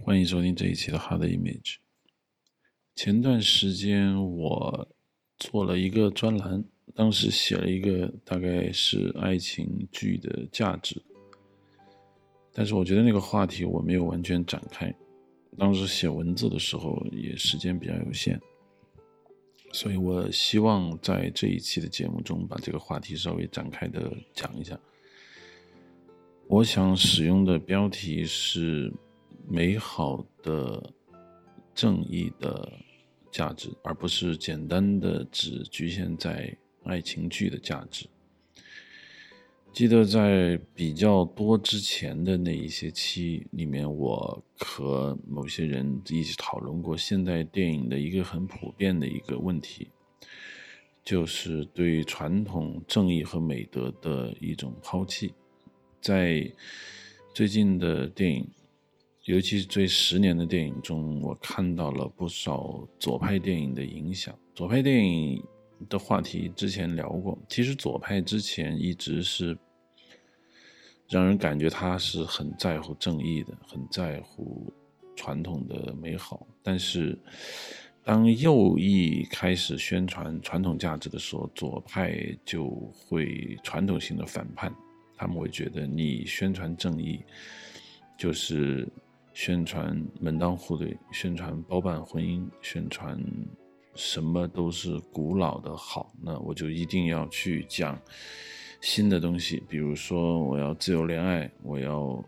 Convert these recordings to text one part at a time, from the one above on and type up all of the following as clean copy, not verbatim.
欢迎收听这一期的 Hard Image。前段时间我做了一个专栏，当时写了一个大概是爱情剧的价值，但是我觉得那个话题我没有完全展开，当时写文字的时候也时间比较有限，所以我希望在这一期的节目中把这个话题稍微展开的讲一下。我想使用的标题是美好的正义的价值，而不是简单的只局限在爱情剧的价值。记得在比较多之前的那一些期里面，我和某些人一起讨论过现代电影的一个很普遍的一个问题，就是对传统正义和美德的一种抛弃。在最近的电影，尤其是这10年的电影中，我看到了不少左派电影的影响。左派电影的话题之前聊过，其实左派之前一直是让人感觉他是很在乎正义的，很在乎传统的美好，但是当右翼开始宣传传统价值的时候，左派就会传统性的反叛。他们会觉得你宣传正义就是宣传门当户对，宣传包办婚姻，宣传什么都是古老的好，那我就一定要去讲新的东西，比如说我要自由恋爱，我要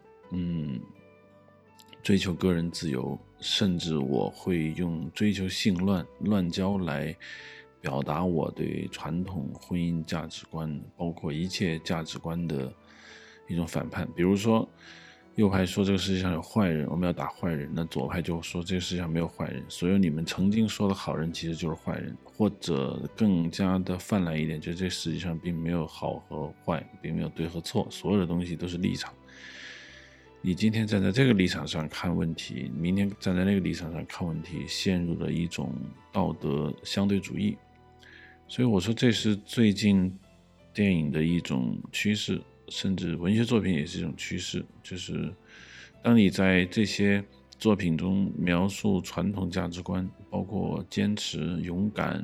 追求个人自由，甚至我会用追求性乱交来表达我对传统婚姻价值观，包括一切价值观的一种反叛。比如说右派说这个世界上有坏人，我们要打坏人，那左派就说这个世界上没有坏人，所有你们曾经说的好人其实就是坏人，或者更加的泛滥一点，就这世界上并没有好和坏，并没有对和错，所有的东西都是立场。你今天站在这个立场上看问题，明天站在那个立场上看问题，陷入了一种道德相对主义。所以我说这是最近电影的一种趋势，甚至文学作品也是一种趋势，就是当你在这些作品中描述传统价值观，包括坚持、勇敢、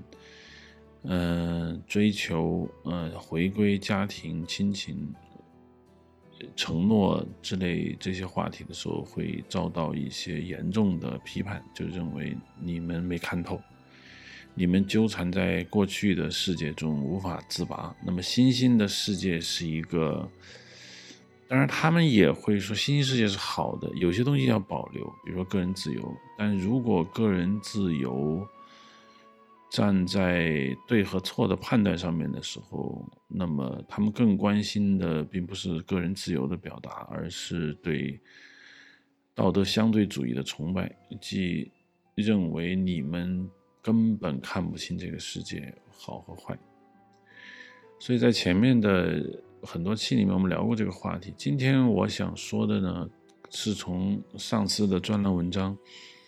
追求、回归家庭、亲情、承诺之类这些话题的时候，会遭到一些严重的批判，就认为你们没看透，你们纠缠在过去的世界中无法自拔。那么新兴的世界是一个，当然他们也会说新兴世界是好的，有些东西要保留，比如说个人自由，但如果个人自由站在对和错的判断上面的时候，那么他们更关心的并不是个人自由的表达，而是对道德相对主义的崇拜，即认为你们根本看不清这个世界好和坏。所以在前面的很多期里面我们聊过这个话题，今天我想说的呢，是从上次的专栏文章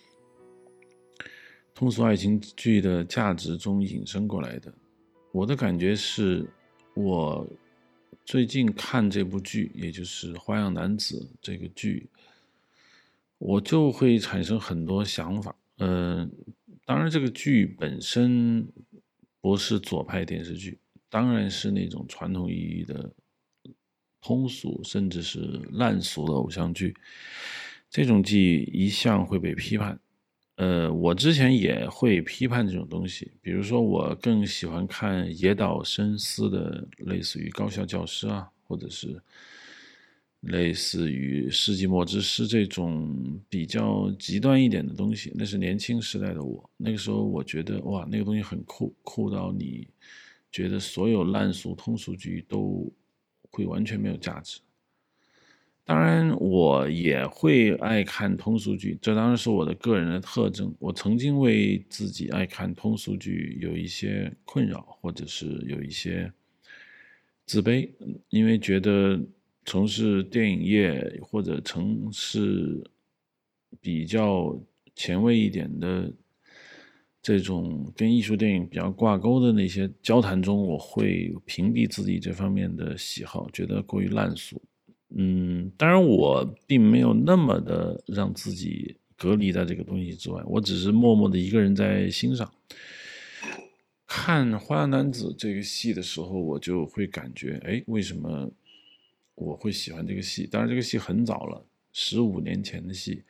通俗爱情剧的价值中引申过来的。我的感觉是，我最近看这部剧，也就是《花样男子》这个剧，我就会产生很多想法。当然这个剧本身不是左派电视剧，当然是那种传统意义的通俗甚至是烂俗的偶像剧，这种剧一向会被批判。我之前也会批判这种东西，比如说我更喜欢看野岛伸司的类似于高校教师啊，或者是类似于世纪末之诗这种比较极端一点的东西，那是年轻时代的我，那个时候我觉得哇，那个东西很酷，酷到你觉得所有烂俗通俗剧都会完全没有价值。当然我也会爱看通俗剧，这当然是我的个人的特征。我曾经为自己爱看通俗剧有一些困扰，或者是有一些自卑，因为觉得从事电影业或者从事比较前卫一点的这种跟艺术电影比较挂钩的那些交谈中，我会屏蔽自己这方面的喜好，觉得过于烂俗。当然我并没有那么的让自己隔离在这个东西之外，我只是默默的一个人在欣赏。看《花样男子》这个戏的时候，我就会感觉，哎，为什么我会喜欢这个戏？当然，这个戏很早了，15年前的戏。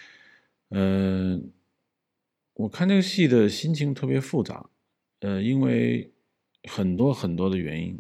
我看这个戏的心情特别复杂，因为很多很多的原因。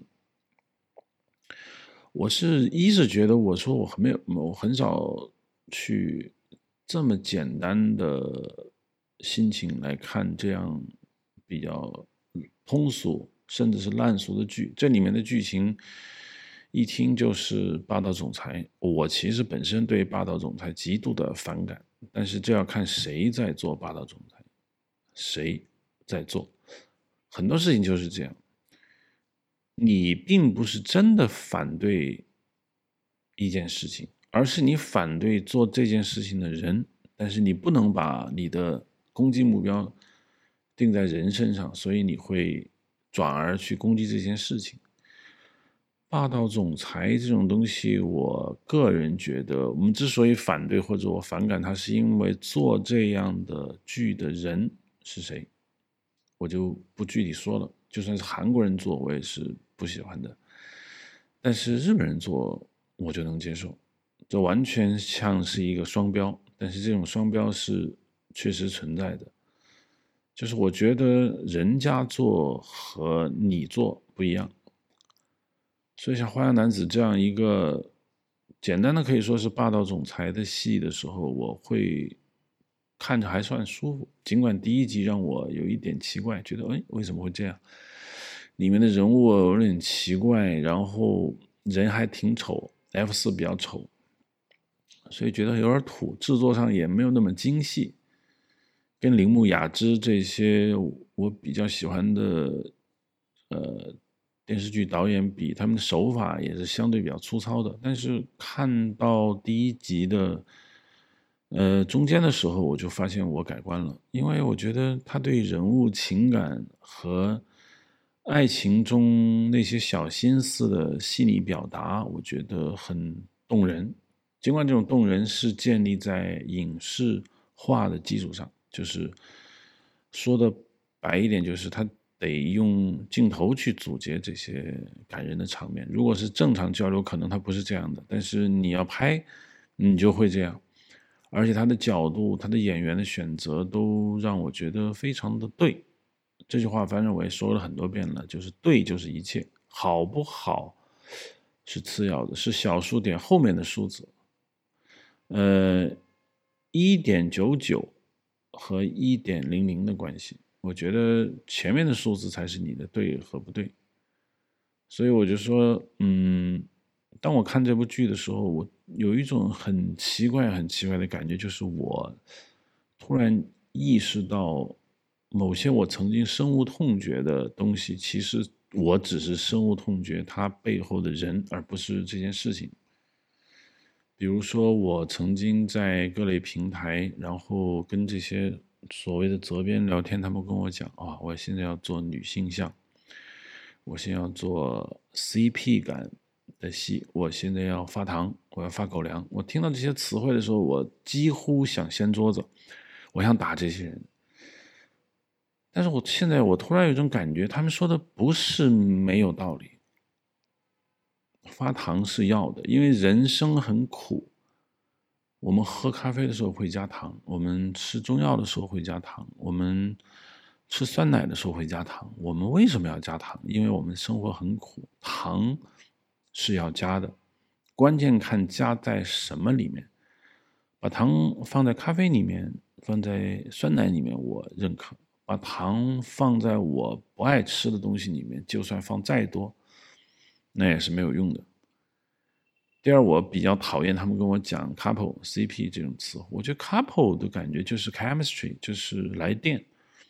一是觉得我说我很少去这么简单的心情来看这样比较通俗甚至是烂俗的剧，这里面的剧情一听就是霸道总裁。我其实本身对霸道总裁极度的反感，但是这要看谁在做霸道总裁，谁在做，很多事情就是这样。你并不是真的反对一件事情，而是你反对做这件事情的人，但是你不能把你的攻击目标定在人身上，所以你会转而去攻击这件事情。霸道总裁这种东西，我个人觉得，我们之所以反对或者我反感它，是因为做这样的剧的人是谁，我就不具体说了。就算是韩国人做，我也是不喜欢的。但是日本人做，我就能接受。这完全像是一个双标，但是这种双标是确实存在的。就是我觉得人家做和你做不一样。所以像《花样男子》这样一个简单的可以说是霸道总裁的戏的时候，我会看着还算舒服。尽管第一集让我有一点奇怪，觉得哎为什么会这样？里面的人物有点奇怪，然后人还挺丑 ，F4比较丑，所以觉得有点土，制作上也没有那么精细。跟铃木雅之这些我比较喜欢的电视剧导演比，他们的手法也是相对比较粗糙的。但是看到第一集的中间的时候，我就发现我改观了，因为我觉得他对人物情感和爱情中那些小心思的细腻表达，我觉得很动人。尽管这种动人是建立在影视化的基础上，就是说的白一点，就是他得用镜头去组接这些感人的场面。如果是正常交流，可能他不是这样的，但是你要拍，你就会这样。而且他的角度、他的演员的选择都让我觉得非常的对。这句话反正我也说了很多遍了，就是对就是一切，好不好是次要的，是小数点后面的数字。1.99和1.00的关系，我觉得前面的数字才是你的对和不对。所以我就说，当我看这部剧的时候，我有一种很奇怪、很奇怪的感觉，就是我突然意识到，某些我曾经深恶痛绝的东西，其实我只是深恶痛绝它背后的人，而不是这件事情。比如说，我曾经在各类平台，然后跟这些所谓的责编聊天，他们跟我讲啊，我现在要做女性向，我现在要做 CP 感的戏，我现在要发糖，我要发狗粮。我听到这些词汇的时候，我几乎想掀桌子，我想打这些人。但是现在我突然有一种感觉，他们说的不是没有道理。发糖是要的，因为人生很苦。我们喝咖啡的时候会加糖，我们吃中药的时候会加糖，我们吃酸奶的时候会加糖。我们为什么要加糖？因为我们生活很苦，糖是要加的，关键看加在什么里面。把糖放在咖啡里面，放在酸奶里面，我认可；把糖放在我不爱吃的东西里面，就算放再多，那也是没有用的。第二，我比较讨厌他们跟我讲 couple、CP 这种词。我觉得 couple 的感觉就是 chemistry，就是来电。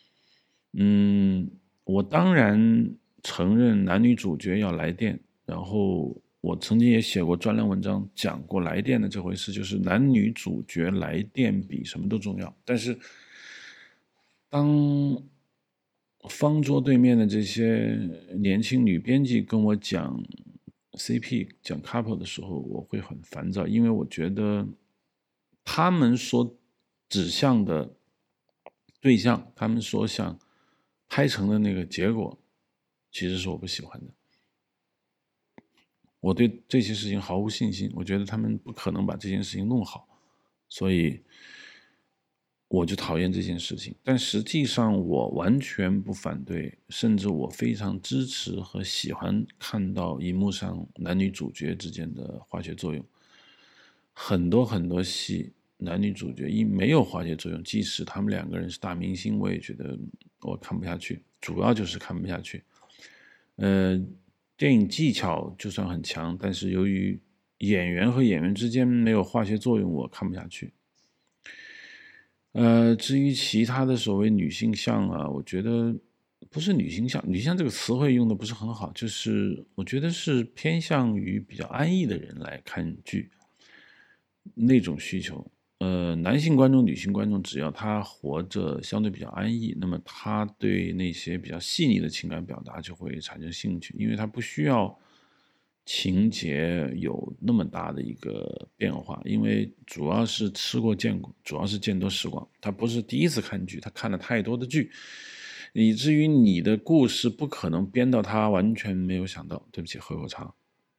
我当然承认男女主角要来电，然后我曾经也写过专栏文章讲过来电的这回事，就是男女主角来电比什么都重要。但是当方桌对面的这些年轻女编辑跟我讲 CP 讲 couple 的时候，我会很烦躁，因为我觉得他们说指向的对象，他们所想拍成的那个结果，其实是我不喜欢的。我对这些事情毫无信心，我觉得他们不可能把这件事情弄好，所以我就讨厌这件事情。但实际上我完全不反对，甚至我非常支持和喜欢看到荧幕上男女主角之间的化学作用。很多很多戏男女主角一没有化学作用，即使他们两个人是大明星，我也觉得我看不下去，主要就是看不下去。电影技巧就算很强，但是由于演员和演员之间没有化学作用，我看不下去。至于其他的所谓女性向啊，我觉得不是女性向，女性向这个词汇用的不是很好，就是我觉得是偏向于比较安逸的人来看剧那种需求。男性观众、女性观众，只要他活着相对比较安逸，那么他对那些比较细腻的情感表达就会产生兴趣，因为他不需要情节有那么大的一个变化，因为主要是吃过见过，主要是见多识广。他不是第一次看剧，他看了太多的剧，以至于你的故事不可能编到他完全没有想到。对不起，喝口茶。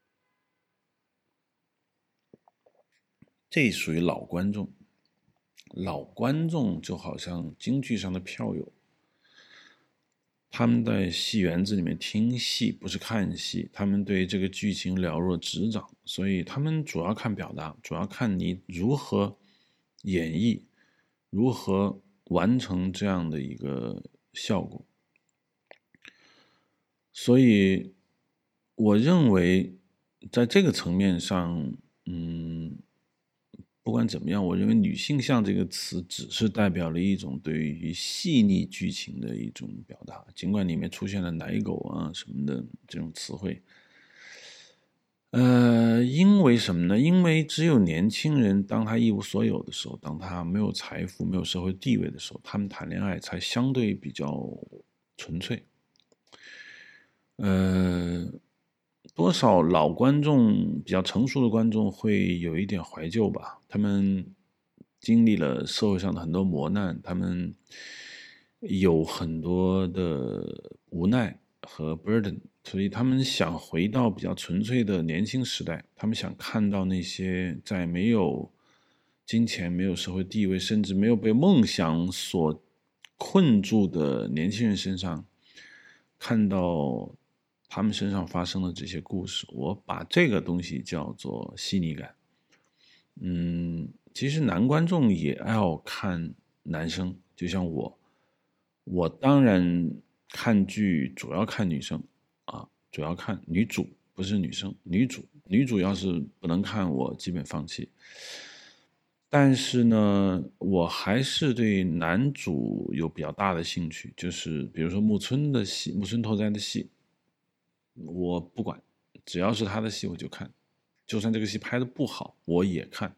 这属于老观众。老观众就好像京剧上的票友，他们在戏园子里面听戏，不是看戏，他们对这个剧情了若指掌，所以他们主要看表达，主要看你如何演绎，如何完成这样的一个效果。所以我认为在这个层面上，不管怎么样，我认为女性向这个词只是代表了一种对于细腻剧情的一种表达，尽管里面出现了奶狗啊什么的这种词汇。因为什么呢？因为只有年轻人，当他一无所有的时候，当他没有财富、没有社会地位的时候，他们谈恋爱才相对比较纯粹。多少老观众比较成熟的观众会有一点怀旧吧，他们经历了社会上的很多磨难，他们有很多的无奈和 burden， 所以他们想回到比较纯粹的年轻时代，他们想看到那些在没有金钱、没有社会地位，甚至没有被梦想所困住的年轻人身上，看到他们身上发生的这些故事。我把这个东西叫做细腻感。其实男观众也要看男生，就像我当然看剧主要看女生啊，主要看女主，不是女生，女主要是不能看，我基本放弃。但是呢，我还是对男主有比较大的兴趣，就是比如说木村的戏，木村拓哉的戏，我不管，只要是他的戏我就看，就算这个戏拍的不好，我也看。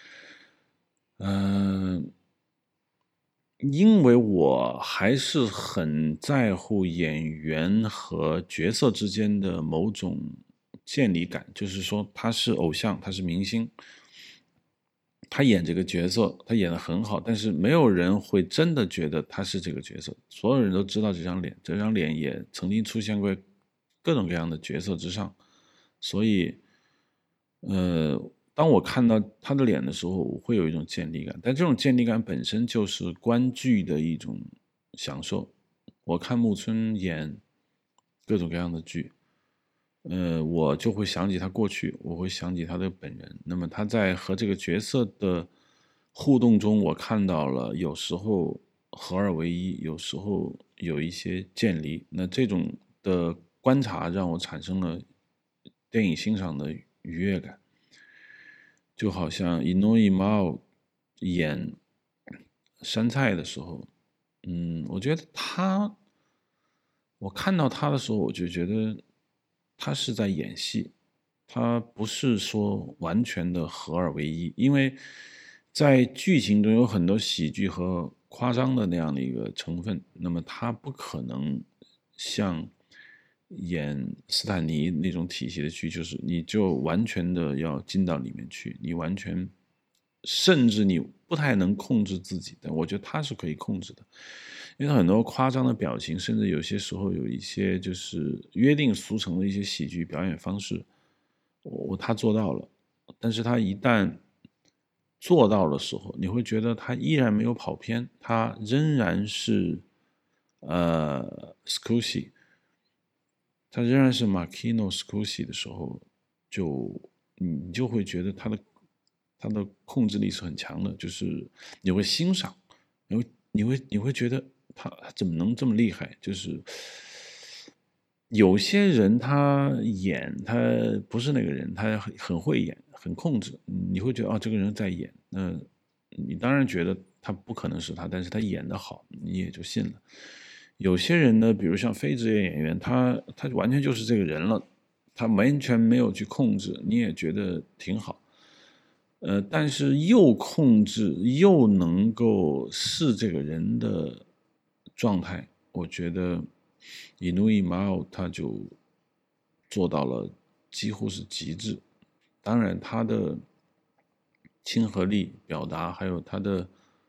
因为我还是很在乎演员和角色之间的某种建立感，就是说他是偶像，他是明星，他演这个角色，他演得很好，但是没有人会真的觉得他是这个角色，所有人都知道这张脸，这张脸也曾经出现过各种各样的角色之上，所以，当我看到他的脸的时候，我会有一种建立感，但这种建立感本身就是观剧的一种享受。我看木村演各种各样的剧，我就会想起他过去，我会想起他的本人。那么他在和这个角色的互动中，我看到了有时候合二为一，有时候有一些渐离。那这种的观察让我产生了电影欣赏的愉悦感，就好像伊诺伊猫演山菜的时候，我觉得我看到他的时候，我就觉得他是在演戏，他不是说完全的合二为一，因为在剧情中有很多喜剧和夸张的那样的一个成分，那么他不可能像演斯坦尼那种体系的剧，就是你就完全的要进到里面去，你完全甚至你不太能控制自己，但我觉得他是可以控制的，因为他很多夸张的表情，甚至有些时候有一些就是约定俗成的一些喜剧表演方式，他做到了，但是他一旦做到的时候，你会觉得他依然没有跑偏，他仍然是Scusi， 他仍然是 Marchino Scusi 的时候，你就会觉得他的控制力是很强的，就是你会欣赏，你会觉得他怎么能这么厉害？就是有些人他演他不是那个人，他很会演，很控制，你会觉得这个人在演，那你当然觉得他不可能是他，但是他演得好，你也就信了。有些人呢，比如像非职业演员，他完全就是这个人了，他完全没有去控制，你也觉得挺好。但是又控制又能够是这个人的状态，我觉得伊努伊马奥他就做到了几乎是极致。当然，他的亲和力表达，还有他的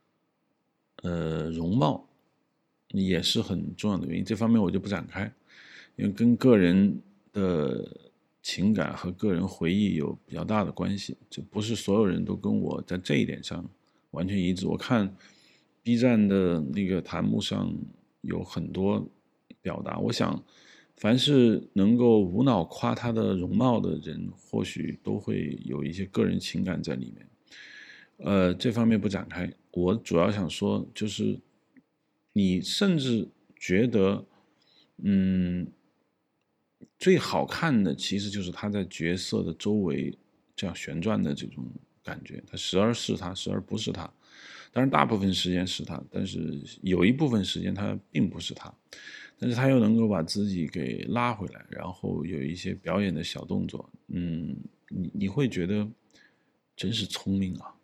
容貌，也是很重要的原因。这方面我就不展开，因为跟个人的情感和个人回忆有比较大的关系，就不是所有人都跟我在这一点上完全一致。我看 B 站的那个弹幕上有很多表达，我想凡是能够无脑夸他的容貌的人，或许都会有一些个人情感在里面。这方面不展开，我主要想说，就是你甚至觉得，最好看的其实就是他在角色的周围这样旋转的这种感觉，他时而是他，时而不是他。当然，大部分时间是他，但是有一部分时间他并不是他，但是他又能够把自己给拉回来，然后有一些表演的小动作，你会觉得真是聪明啊！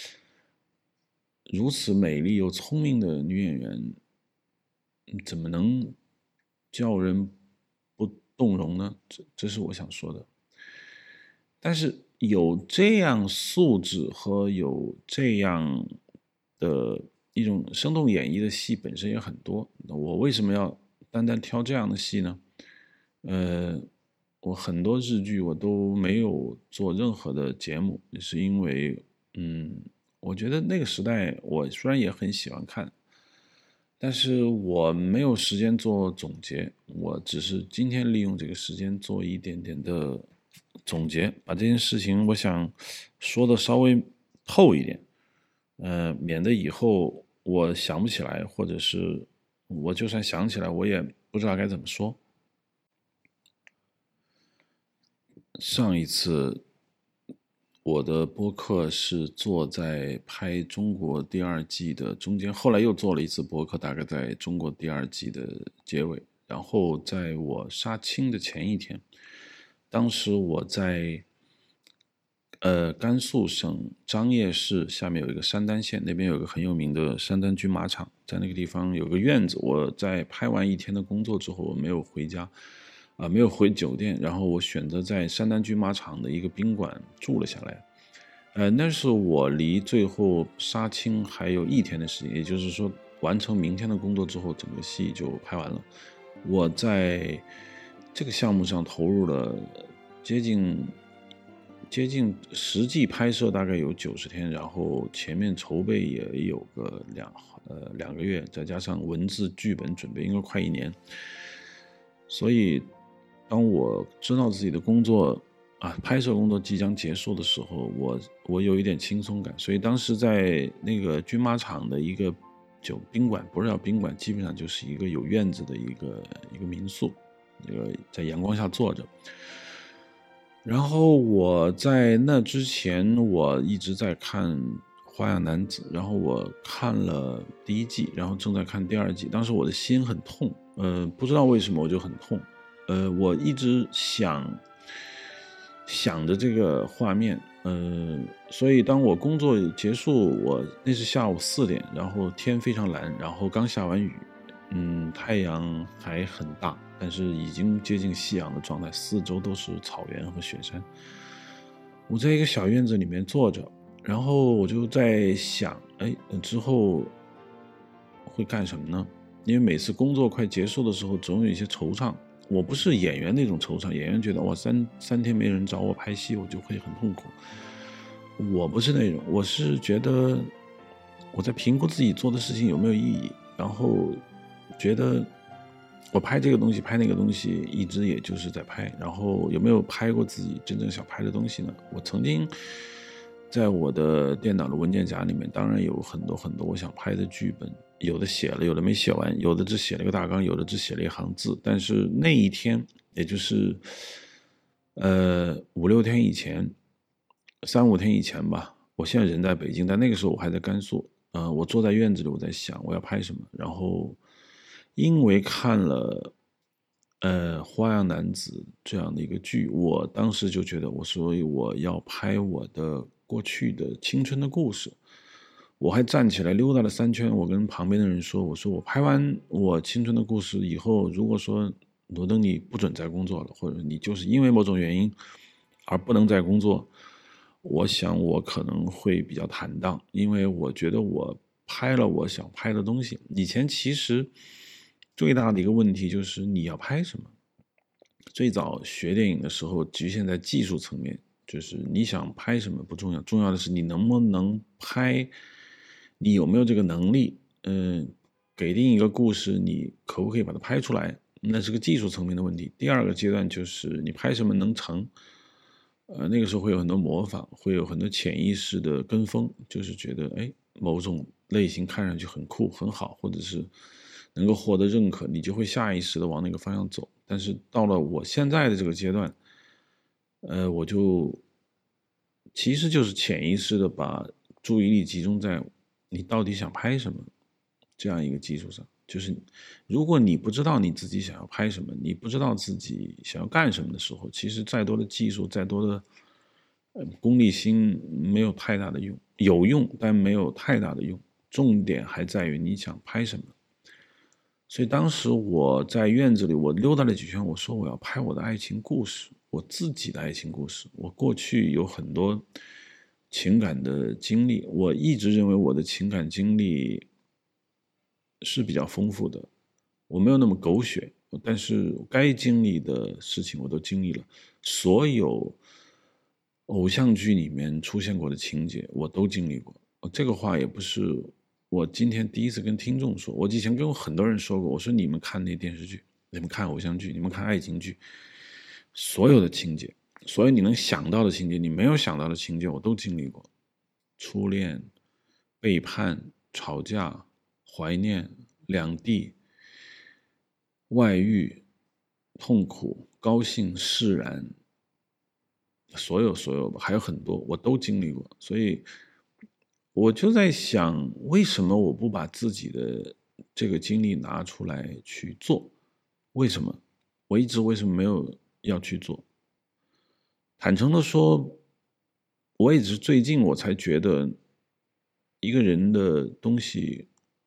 如此美丽又聪明的女演员，怎么能叫人不动容呢？这是我想说的。但是有这样素质和有这样的一种生动演绎的戏本身也很多。我为什么要单单挑这样的戏呢？我很多日剧我都没有做任何的节目，是因为，我觉得那个时代我虽然也很喜欢看，但是我没有时间做总结，我只是今天利用这个时间做一点点的总结，把这件事情我想说的稍微透一点，免得以后我想不起来，或者是我就算想起来，我也不知道该怎么说。上一次我的播客是做在拍中国第二季的中间，后来又做了一次播客，大概在中国第二季的结尾。然后在我杀青的前一天，当时我在甘肃省张掖市下面有一个山丹县，那边有个很有名的山丹军马场，在那个地方有个院子。我在拍完一天的工作之后，我没有回家。没有回酒店，然后我选择在山丹军马场的一个宾馆住了下来。那是我离最后杀青还有一天的时间，也就是说完成明天的工作之后，整个戏就拍完了。我在这个项目上投入了接近实际拍摄大概有90天，然后前面筹备也有个2个月，再加上文字剧本准备，应该快1年。所以当我知道自己的工作拍摄工作即将结束的时候，我有一点轻松感。所以当时在那个军马场的一个宾馆，不是叫宾馆，基本上就是一个有院子的一个民宿，在阳光下坐着。然后我在那之前，我一直在看《花样男子》，然后我看了第1季，然后正在看第2季。当时我的心很痛，不知道为什么我就很痛。我一直想着这个画面，所以当我工作结束，那是下午4点，然后天非常蓝，然后刚下完雨，太阳还很大，但是已经接近夕阳的状态，四周都是草原和雪山。我在一个小院子里面坐着， 然后我就在想，之后会干什么呢？因为每次工作快结束的时候，总有一些惆怅。我不是演员那种惆怅，演员觉得哇三天没人找我拍戏，我就会很痛苦。我不是那种，我是觉得我在评估自己做的事情有没有意义，然后觉得我拍这个东西拍那个东西一直也就是在拍，然后有没有拍过自己真正想拍的东西呢？我曾经在我的电脑的文件夹里面当然有很多很多我想拍的剧本，有的写了，有的没写完，有的只写了一个大纲，有的只写了一行字。但是那一天也就是5-6天以前，3-5天以前吧，我现在人在北京，但那个时候我还在甘肃。我坐在院子里，我在想我要拍什么，然后因为看了花样男子这样的一个剧，我当时就觉得所以我要拍我的过去的青春的故事。我还站起来溜达了3圈，我跟旁边的人说，我说我拍完我青春的故事以后，如果说罗登你不准再工作了，或者你就是因为某种原因而不能再工作，我想我可能会比较坦荡，因为我觉得我拍了我想拍的东西。以前其实最大的一个问题就是你要拍什么。最早学电影的时候局限在技术层面，就是你想拍什么不重要，重要的是你能不能拍，你有没有这个能力。给定一个故事，你可不可以把它拍出来，那是个技术层面的问题。第二个阶段就是你拍什么能成。那个时候会有很多模仿，会有很多潜意识的跟风，就是觉得某种类型看上去很酷很好，或者是能够获得认可，你就会下意识的往那个方向走。但是到了我现在的这个阶段，我就其实就是潜意识的把注意力集中在你到底想拍什么这样一个基础上。就是如果你不知道你自己想要拍什么，你不知道自己想要干什么的时候，其实再多的技术，再多的功利心没有太大的用，有用但没有太大的用。重点还在于你想拍什么。所以当时我在院子里，我溜达了几圈，我说我要拍我的爱情故事，我自己的爱情故事。我过去有很多情感的经历，我一直认为我的情感经历是比较丰富的，我没有那么狗血，但是该经历的事情我都经历了，所有偶像剧里面出现过的情节我都经历过。这个话也不是我今天第一次跟听众说，我以前跟很多人说过，我说你们看那电视剧，你们看偶像剧，你们看爱情剧，所有的情节，所有你能想到的情节，你没有想到的情节我都经历过。初恋、背叛、吵架、怀念、两地、外遇、痛苦、高兴、释然，所有还有很多我都经历过。所以我就在想，为什么我不把自己的这个经历拿出来去做？为什么我一直为什么没有要去做？坦诚的说，我也是最近我才觉得，一个人的东西，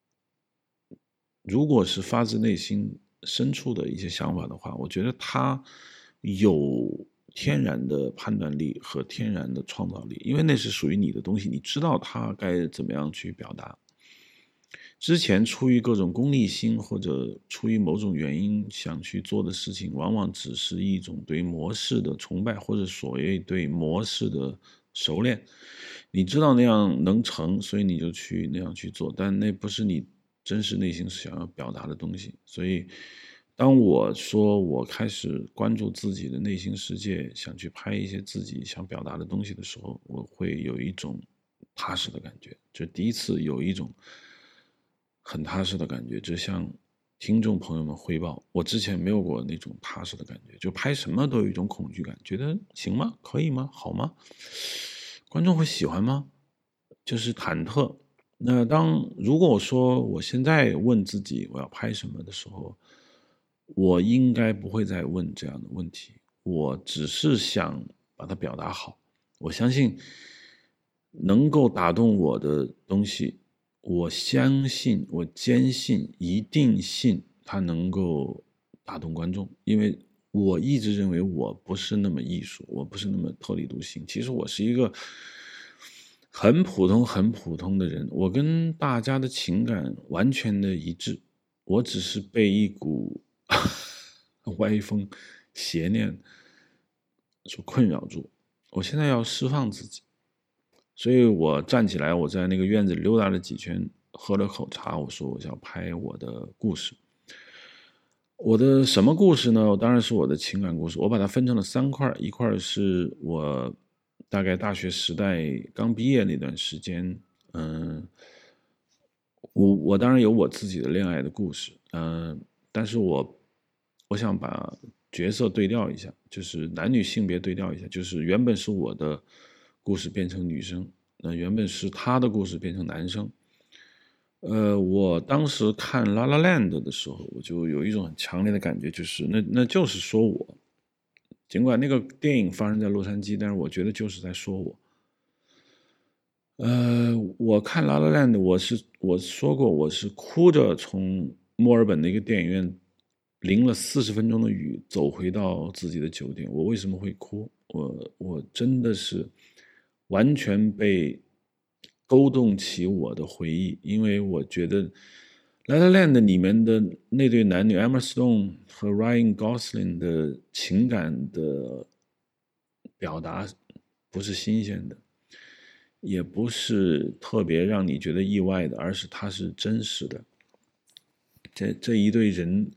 如果是发自内心深处的一些想法的话，我觉得他有天然的判断力和天然的创造力，因为那是属于你的东西，你知道他该怎么样去表达。之前出于各种功利心或者出于某种原因想去做的事情，往往只是一种对模式的崇拜，或者所谓对模式的熟练。你知道那样能成，所以你就去那样去做，但那不是你真实内心想要表达的东西。所以当我说我开始关注自己的内心世界，想去拍一些自己想表达的东西的时候，我会有一种踏实的感觉，就第一次有一种很踏实的感觉，就向听众朋友们汇报，我之前没有过那种踏实的感觉，就拍什么都有一种恐惧感，觉得行吗？可以吗？好吗？观众会喜欢吗？就是忐忑。那如果我说我现在问自己我要拍什么的时候，我应该不会再问这样的问题，我只是想把它表达好。我相信能够打动我的东西，我相信，我坚信，一定信它能够打动观众。因为我一直认为我不是那么艺术，我不是那么特立独行，其实我是一个很普通很普通的人，我跟大家的情感完全的一致，我只是被一股歪风邪念所困扰住，我现在要释放自己，所以我站起来，我在那个院子里溜达了几圈，喝了口茶，我说我想拍我的故事。我的什么故事呢？当然是我的情感故事。我把它分成了3块，一块是我大概大学时代刚毕业那段时间，我当然有我自己的恋爱的故事，但是我想把角色对调一下，就是男女性别对调一下，就是原本是我的故事变成女生，原本是他的故事变成男生。我当时看《La La Land》的时候，我就有一种很强烈的感觉，就是那就是说我，尽管那个电影发生在洛杉矶，但是我觉得就是在说我。我看《La La Land》，我说过我是哭着从墨尔本的一个电影院淋了40分钟的雨走回到自己的酒店。我为什么会哭？我真的是完全被勾动起我的回忆，因为我觉得《La La Land》里面的那对男女 Emma Stone 和 Ryan Gosling 的情感的表达不是新鲜的。也不是特别让你觉得意外的，而是它是真实的。这一对人，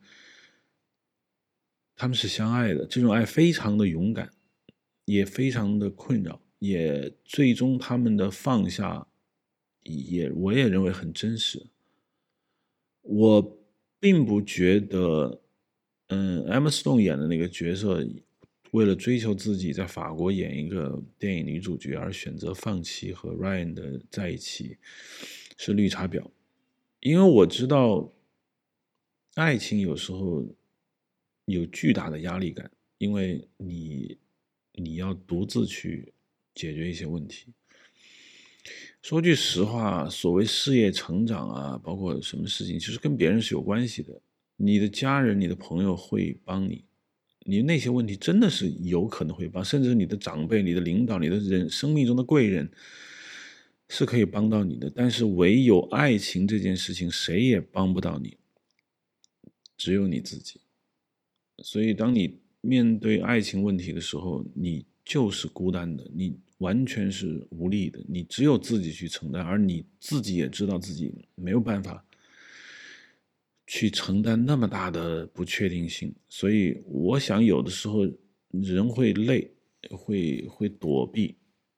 他们是相爱的，这种爱非常的勇敢，也非常的困扰，也最终他们的放下，我也认为很真实。我并不觉得，Emma Stone 演的那个角色，为了追求自己在法国演一个电影女主角而选择放弃和 Ryan 的在一起，是绿茶婊。因为我知道，爱情有时候有巨大的压力感，因为你要独自去解决一些问题。说句实话，所谓事业成长啊，包括什么事情，其实跟别人是有关系的。你的家人、你的朋友会帮你，你那些问题真的是有可能会帮，甚至你的长辈、你的领导、你的生命中的贵人是可以帮到你的。但是唯有爱情这件事情，谁也帮不到你，只有你自己。所以当你面对爱情问题的时候，你就是孤单的，你完全是无力的，你只有自己去承担，而你自己也知道自己没有办法去承担那么大的不确定性。所以我想有的时候人会累，会躲避，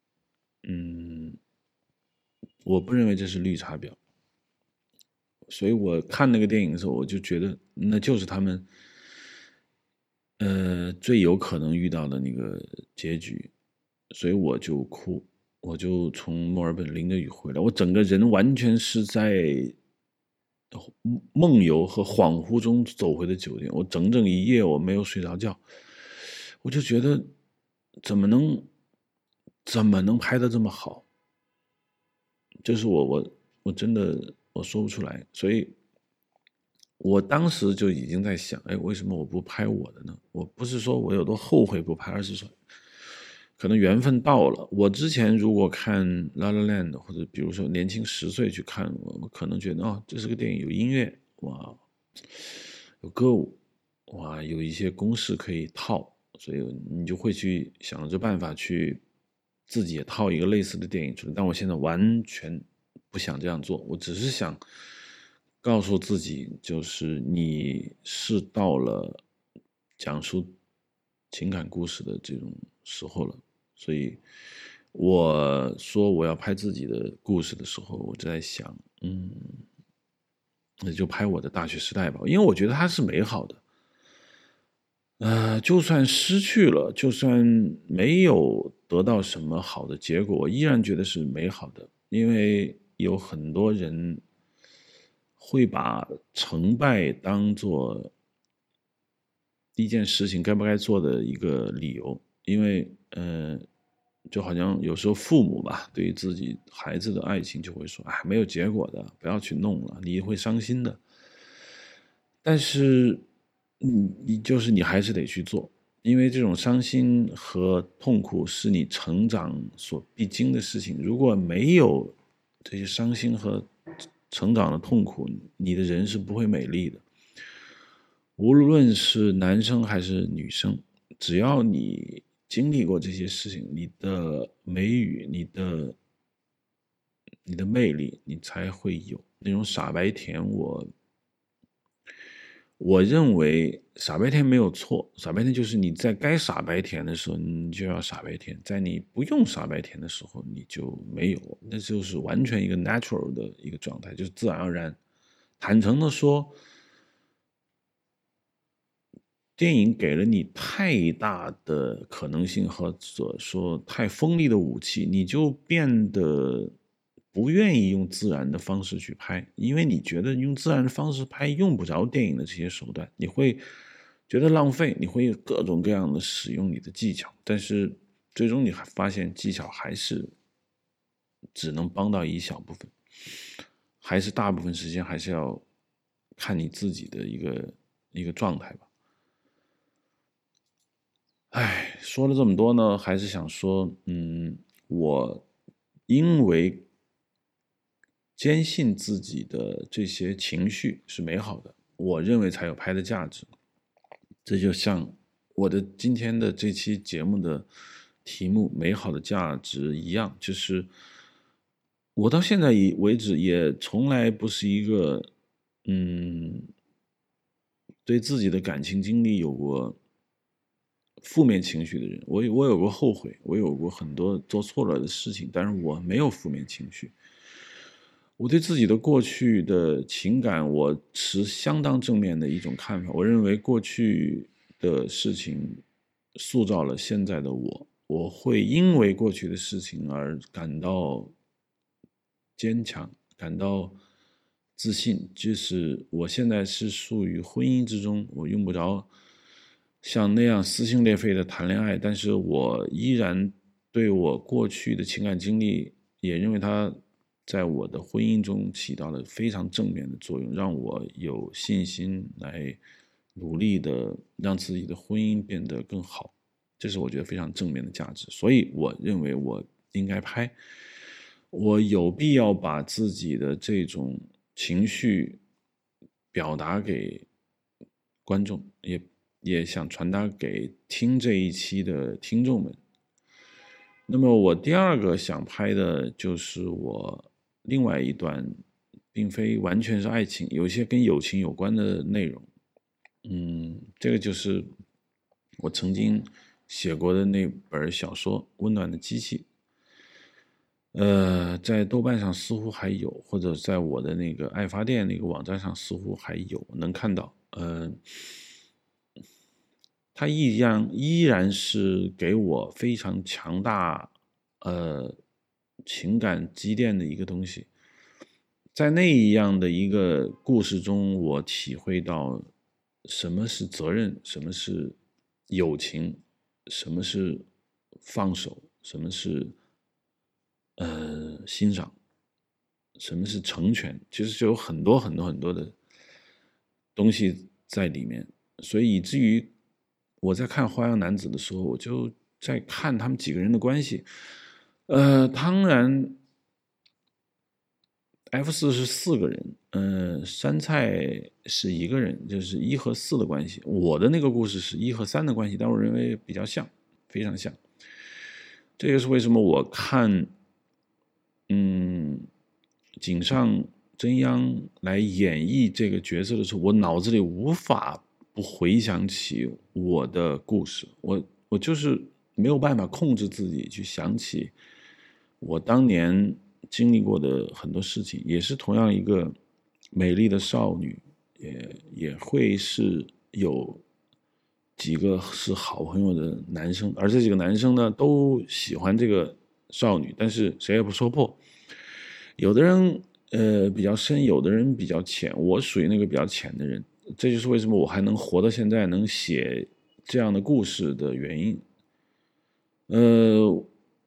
我不认为这是绿茶婊。所以我看那个电影的时候，我就觉得那就是他们最有可能遇到的那个结局，所以我就哭，我就从墨尔本淋着雨回来，我整个人完全是在梦游和恍惚中走回的酒店，我整整一夜我没有睡着觉，我就觉得怎么能拍得这么好，就是我真的我说不出来，所以我当时就已经在想，哎，为什么我不拍我的呢？我不是说我有多后悔不拍，而是说可能缘分到了。我之前如果看《La La Land》，或者比如说年轻10岁去看，我可能觉得哦，这是个电影，有音乐，哇，有歌舞，哇，有一些公式可以套，所以你就会去想着办法去自己也套一个类似的电影出来。但我现在完全不想这样做，我只是想告诉自己，就是你是到了讲述情感故事的这种时候了。所以我说我要拍自己的故事的时候，我就在想，那就拍我的大学时代吧，因为我觉得它是美好的。就算失去了，就算没有得到什么好的结果，我依然觉得是美好的，因为有很多人会把成败当做一件事情该不该做的一个理由，因为就好像有时候父母吧，对于自己孩子的爱情就会说，没有结果的，不要去弄了，你会伤心的。但是，你还是得去做， 因为这种伤心和痛苦是你成长所必经的事情。如果没有这些伤心和成长的痛苦，你的人是不会美丽的。无论是男生还是女生，只要你经历过这些事情，你的美语、你的魅力，你才会有那种傻白甜。我认为傻白甜没有错，傻白甜就是你在该傻白甜的时候，你就要傻白甜；在你不用傻白甜的时候，你就没有。那就是完全一个 natural 的一个状态，就是自然而然。坦诚的说，电影给了你太大的可能性或者说太锋利的武器，你就变得不愿意用自然的方式去拍，因为你觉得用自然的方式拍用不着电影的这些手段，你会觉得浪费，你会各种各样的使用你的技巧，但是最终你发现技巧还是只能帮到一小部分，还是大部分时间还是要看你自己的一个状态吧。唉，说了这么多呢，还是想说，我因为坚信自己的这些情绪是美好的，我认为才有拍的价值。这就像我的今天的这期节目的题目“美好的价值”一样，就是我到现在为止也从来不是一个，对自己的感情经历有过负面情绪的人。我有过后悔，我有过很多做错了的事情，但是我没有负面情绪。我对自己的过去的情感，我持相当正面的一种看法。我认为过去的事情塑造了现在的我，我会因为过去的事情而感到坚强，感到自信。就是我现在是处于婚姻之中，我用不着像那样撕心裂肺的谈恋爱，但是我依然对我过去的情感经历，也认为它在我的婚姻中起到了非常正面的作用，让我有信心来努力的让自己的婚姻变得更好，这是我觉得非常正面的价值。所以我认为我应该拍，我有必要把自己的这种情绪表达给观众，也想传达给听这一期的听众们。那么我第二个想拍的就是我另外一段，并非完全是爱情，有一些跟友情有关的内容。这个就是我曾经写过的那本小说《温暖的机器》。在豆瓣上似乎还有，或者在我的那个爱发电那个网站上似乎还有能看到。它依然是给我非常强大情感积淀的一个东西。在那样的一个故事中，我体会到什么是责任，什么是友情，什么是放手，什么是欣赏，什么是成全，其实就有很多很多很多的东西在里面，所以以至于我在看《花样男子》的时候，我就在看他们几个人的关系。当然 F4是4个人，杉菜是1个人，就是1和4的关系。我的那个故事是1和3的关系，但我认为比较像，非常像。这也是为什么我看，井上真央来演绎这个角色的时候，我脑子里无法不回想起我的故事，我就是没有办法控制自己去想起我当年经历过的很多事情，也是同样一个美丽的少女，也会是有几个是好朋友的男生，而这几个男生呢都喜欢这个少女，但是谁也不说破。有的人比较深，有的人比较浅，我属于那个比较浅的人，这就是为什么我还能活到现在，能写这样的故事的原因。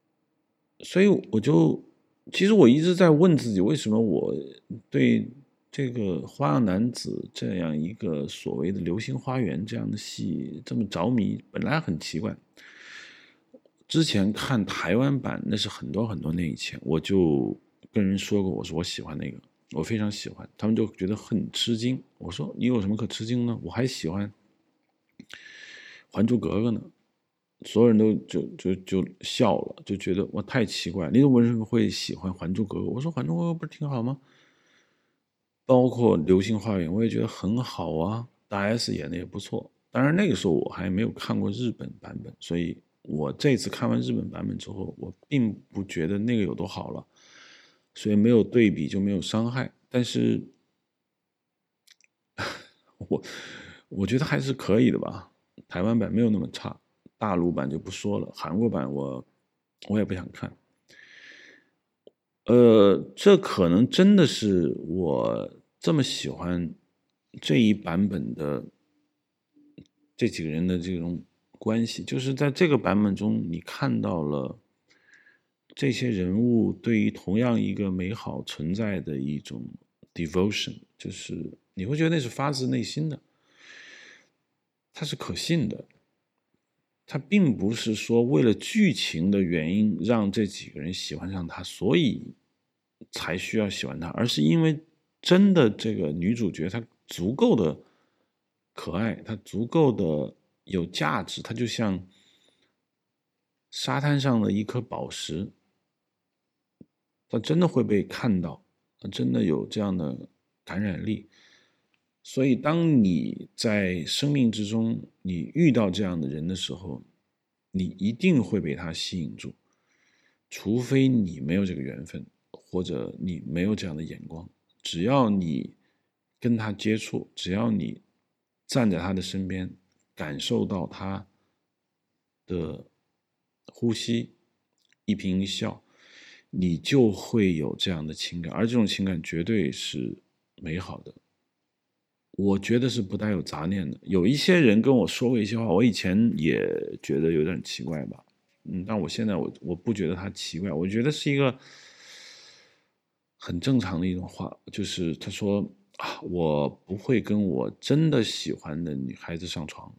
所以其实我一直在问自己，为什么我对这个《花样男子》这样一个所谓的《流星花园》这样的戏这么着迷，本来很奇怪。之前看台湾版，那是很多很多年以前，我就跟人说过，我说我喜欢那个，我非常喜欢，他们就觉得很吃惊。我说你有什么可吃惊呢？我还喜欢《还珠格格》呢。所有人都就笑了，就觉得我太奇怪，你为什么会喜欢《还珠格格》？我说《还珠格格》不是挺好吗？包括《流星花园》，我也觉得很好啊，大 S 演的也不错。当然那个时候我还没有看过日本版本，所以我这次看完日本版本之后，我并不觉得那个有多好了，所以没有对比就没有伤害。但是我觉得还是可以的吧，台湾版没有那么差，大陆版就不说了，韩国版我也不想看。这可能真的是我这么喜欢这一版本的这几个人的这种关系，就是在这个版本中，你看到了这些人物对于同样一个美好存在的一种 devotion， 就是你会觉得那是发自内心的，它是可信的。他并不是说为了剧情的原因让这几个人喜欢上他，所以才需要喜欢他，而是因为真的这个女主角她足够的可爱，她足够的有价值，她就像沙滩上的一颗宝石，她真的会被看到，她真的有这样的感染力。所以，当你在生命之中你遇到这样的人的时候，你一定会被他吸引住，除非你没有这个缘分，或者你没有这样的眼光。只要你跟他接触，只要你站在他的身边，感受到他的呼吸，一颦一笑，你就会有这样的情感，而这种情感绝对是美好的。我觉得是不带有杂念的。有一些人跟我说过一些话，我以前也觉得有点奇怪吧，但我现在我不觉得他奇怪，我觉得是一个很正常的一种话，就是他说啊，我不会跟我真的喜欢的女孩子上床。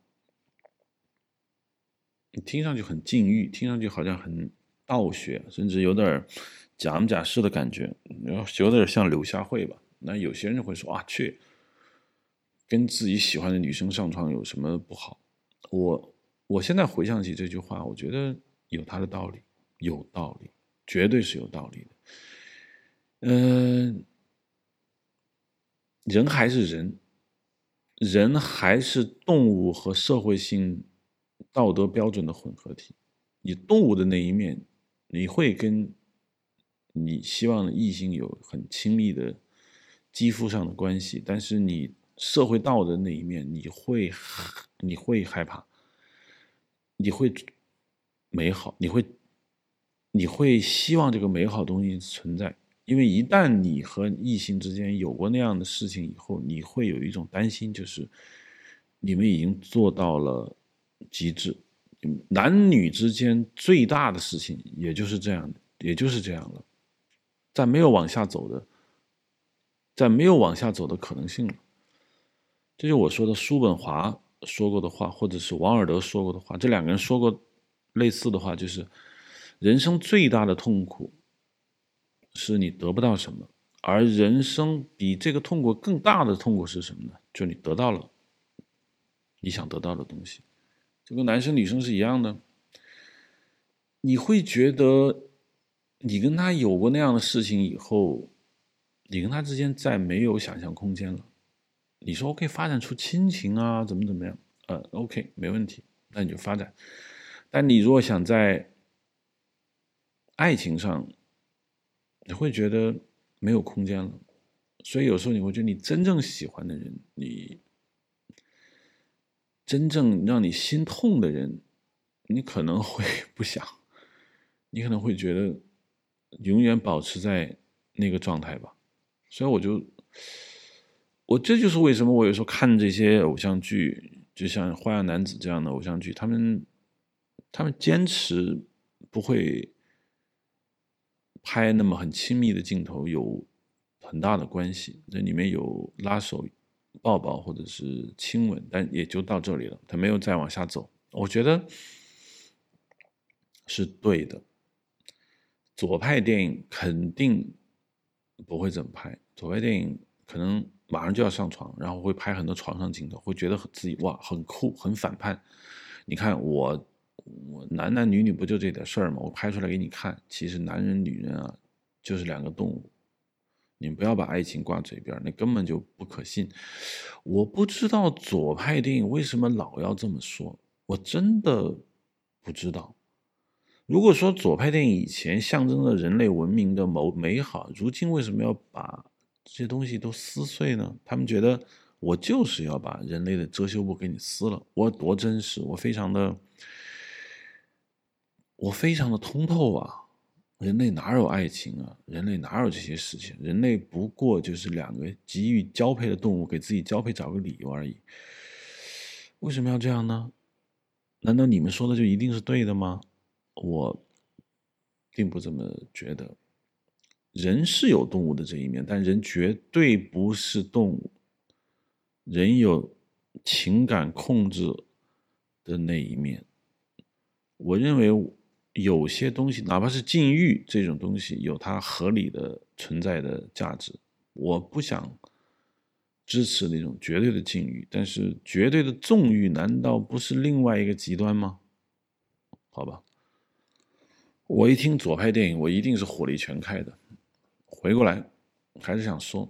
你听上去很禁欲，听上去好像很道学，甚至有点假模假式的感觉，有点像柳下惠吧。那有些人会说啊，去跟自己喜欢的女生上床有什么不好？我现在回想起这句话，我觉得有它的道理，有道理，绝对是有道理的。人还是人，人还是动物和社会性道德标准的混合体。你动物的那一面，你会跟你希望的异性有很亲密的肌肤上的关系，但是你社会道德那一面，你会害怕，你会美好，你会希望这个美好东西存在，因为一旦你和异性之间有过那样的事情以后，你会有一种担心，就是你们已经做到了极致，男女之间最大的事情也就是这样的，也就是这样了，在没有往下走的，在没有往下走的可能性了。这就是我说的叔本华说过的话，或者是王尔德说过的话。这两个人说过类似的话，就是人生最大的痛苦是你得不到什么，而人生比这个痛苦更大的痛苦是什么呢？就你得到了你想得到的东西。这跟男生女生是一样的，你会觉得你跟他有过那样的事情以后，你跟他之间再没有想象空间了。你说 OK 发展出亲情啊，怎么样？OK 没问题，那你就发展。但你如果想在爱情上，你会觉得没有空间了。所以有时候你会觉得你真正喜欢的人，你真正让你心痛的人，你可能会不想，你可能会觉得永远保持在那个状态吧。所以我这就是为什么我有时候看这些偶像剧，就像《花样男子》这样的偶像剧，他们坚持不会拍那么很亲密的镜头，有很大的关系，这里面有拉手、抱抱或者是亲吻，但也就到这里了，他没有再往下走。我觉得是对的。左派电影肯定不会这么拍，左派电影可能马上就要上床，然后会拍很多床上镜头，会觉得自己哇很酷很反叛。你看我男男女女不就这点事儿吗？我拍出来给你看，其实男人女人啊就是两个动物。你们不要把爱情挂嘴边，那根本就不可信。我不知道左派电影为什么老要这么说，我真的不知道。如果说左派电影以前象征着人类文明的美好，如今为什么要把这些东西都撕碎呢？他们觉得我就是要把人类的遮羞布给你撕了，我多真实，我非常的通透啊！人类哪有爱情啊？人类哪有这些事情？人类不过就是两个急于交配的动物，给自己交配找个理由而已。为什么要这样呢？难道你们说的就一定是对的吗？我并不这么觉得。人是有动物的这一面，但人绝对不是动物。人有情感控制的那一面。我认为有些东西，哪怕是禁欲这种东西，有它合理的存在的价值。我不想支持那种绝对的禁欲，但是绝对的纵欲难道不是另外一个极端吗？好吧，我一听左派电影，我一定是火力全开的。回过来，还是想说，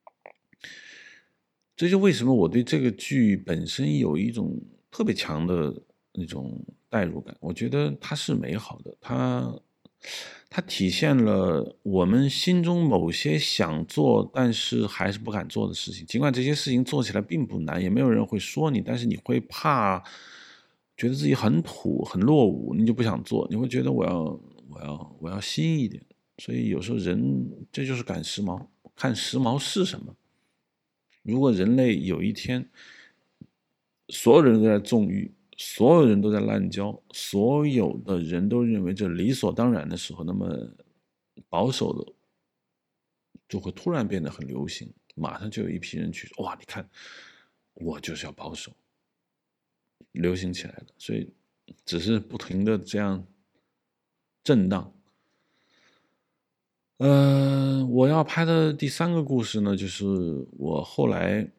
这就为什么我对这个剧本身有一种特别强的那种代入感。我觉得它是美好的，它体现了我们心中某些想做但是还是不敢做的事情。尽管这些事情做起来并不难，也没有人会说你，但是你会怕，觉得自己很土很落伍，你就不想做。你会觉得我要新一点。所以有时候人这就是赶时髦，看时髦是什么。如果人类有一天，所有人都在纵欲，所有人都在滥交，所有的人都认为这理所当然的时候，那么保守的就会突然变得很流行，马上就有一批人去说，哇，你看，我就是要保守，流行起来的。所以只是不停的这样震荡。我要拍的第三个故事呢，就是我后来，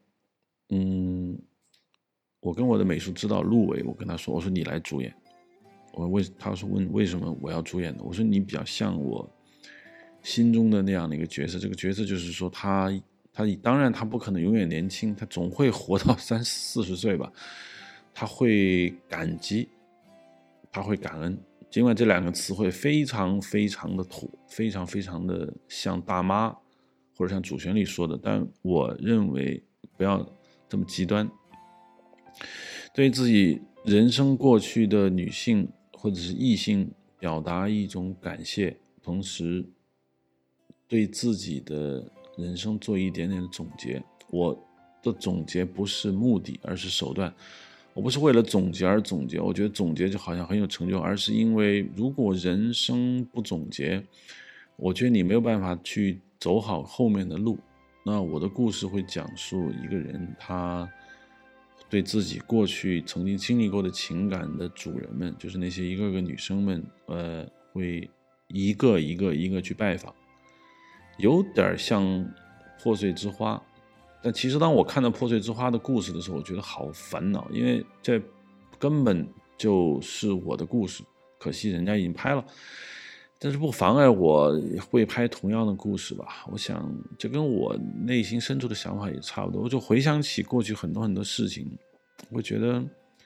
我跟我的美术指导陆伟，我跟他说，我说你来主演，他说问为什么我要主演呢？我说你比较像我心中的那样的一个角色，这个角色就是说他当然他不可能永远年轻，他总会活到30-40岁吧，他会感激，他会感恩。尽管这两个词汇非常非常的土，非常非常的像大妈或者像主旋律说的，但我认为不要这么极端。对自己人生过去的女性或者是异性表达一种感谢，同时对自己的人生做一点点的总结。我的总结不是目的，而是手段。我不是为了总结而总结，我觉得总结就好像很有成就，而是因为如果人生不总结，我觉得你没有办法去走好后面的路。那我的故事会讲述一个人，他对自己过去曾经经历过的情感的主人们，就是那些一个个女生们，会一个一个去拜访，有点像破碎之花。但其实当我看到破碎之花的故事的时候，我觉得好烦恼，因为这根本就是我的故事，可惜人家已经拍了。但是不妨碍我会拍同样的故事吧。我想这跟我内心深处的想法也差不多。我就回想起过去很多很多事情，我觉得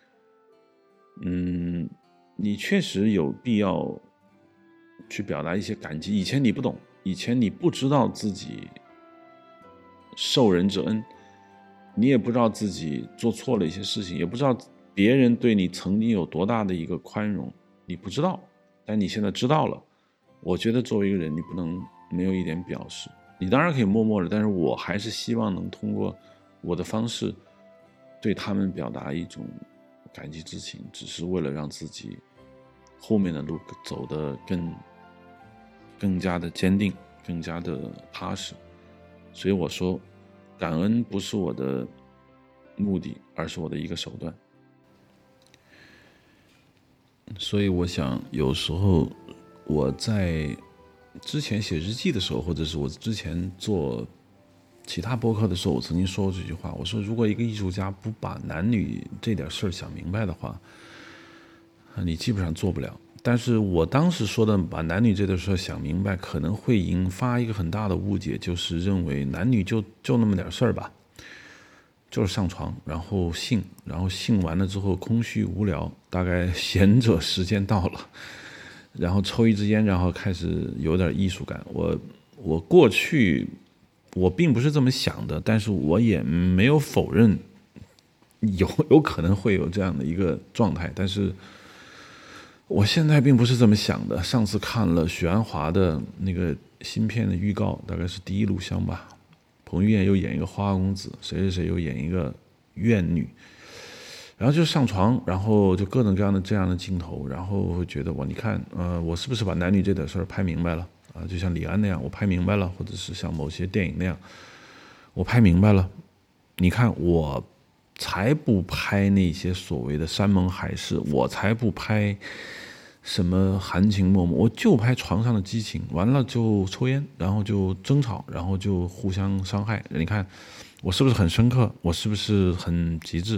你确实有必要去表达一些感激。以前你不懂，以前你不知道自己受人之恩，你也不知道自己做错了一些事情，也不知道别人对你曾经有多大的一个宽容，你不知道，但你现在知道了。我觉得作为一个人，你不能没有一点表示。你当然可以默默的，但是我还是希望能通过我的方式对他们表达一种感激之情，只是为了让自己后面的路走得更加的坚定，更加的踏实。 所以我说，感恩不是我的目的，而是我的一个手段。所以我想，有时候我在之前写日记的时候，或者是我之前做其他播客的时候，我曾经说过这句话，我说如果一个艺术家不把男女这点事儿想明白的话，你基本上做不了。但是我当时说的把男女这点事儿想明白，可能会引发一个很大的误解，就是认为男女就那么点事儿吧，就是上床，然后性完了之后空虚无聊，大概闲者时间到了，然后抽一支烟，然后开始有点艺术感。我过去我并不是这么想的，但是我也没有否认有可能会有这样的一个状态，但是我现在并不是这么想的。上次看了许鞍华的那个新片的预告，大概是第一炉香吧，彭于晏又演一个花花公子，谁又演一个怨女，然后就上床，然后就各种各样的这样的镜头，然后会觉得哇，你看，我是不是把男女这点事儿拍明白了啊？就像李安那样，我拍明白了，或者是像某些电影那样，我拍明白了。你看，我才不拍那些所谓的山盟海誓，我才不拍什么含情脉脉，我就拍床上的激情，完了就抽烟，然后就争吵，然后就互相伤害。你看，我是不是很深刻？我是不是很极致？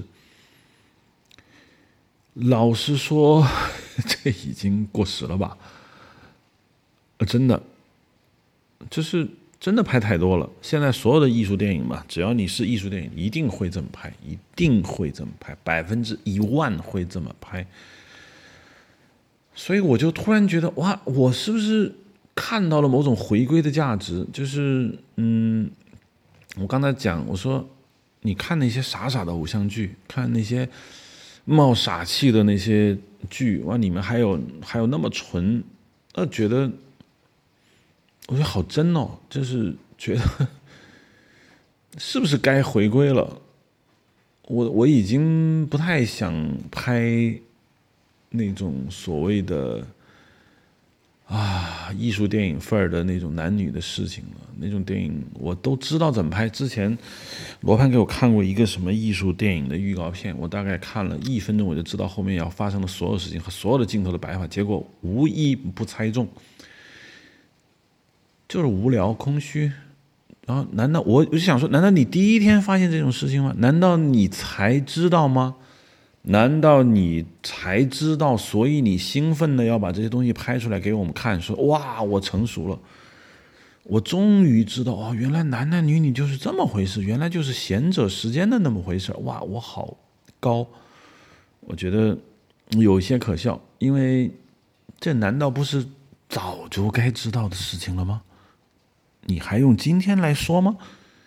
老实说，这已经过时了吧？真的，就是真的拍太多了。现在所有的艺术电影嘛，只要你是艺术电影，一定会这么拍，一定会这么拍，10000%会这么拍。所以我就突然觉得，哇，我是不是看到了某种回归的价值？就是，我刚才讲，我说，你看那些傻傻的偶像剧，看那些冒傻气的那些剧，哇，你们还有那么纯，觉得，我觉得好真哦，就是觉得是不是该回归了？我已经不太想拍那种所谓的艺术电影范儿的那种男女的事情了。那种电影我都知道怎么拍。之前罗盘给我看过一个什么艺术电影的预告片，我大概看了1分钟，我就知道后面要发生的所有事情和所有的镜头的摆法，结果无一不猜中，就是无聊空虚。然后难道我就想说，难道你第一天发现这种事情吗？难道你才知道吗？难道你才知道，所以你兴奋的要把这些东西拍出来给我们看，说哇，我成熟了，我终于知道哦，原来男男女女就是这么回事，原来就是闲者时间的那么回事，哇，我好高。我觉得有些可笑，因为这难道不是早就该知道的事情了吗？你还用今天来说吗？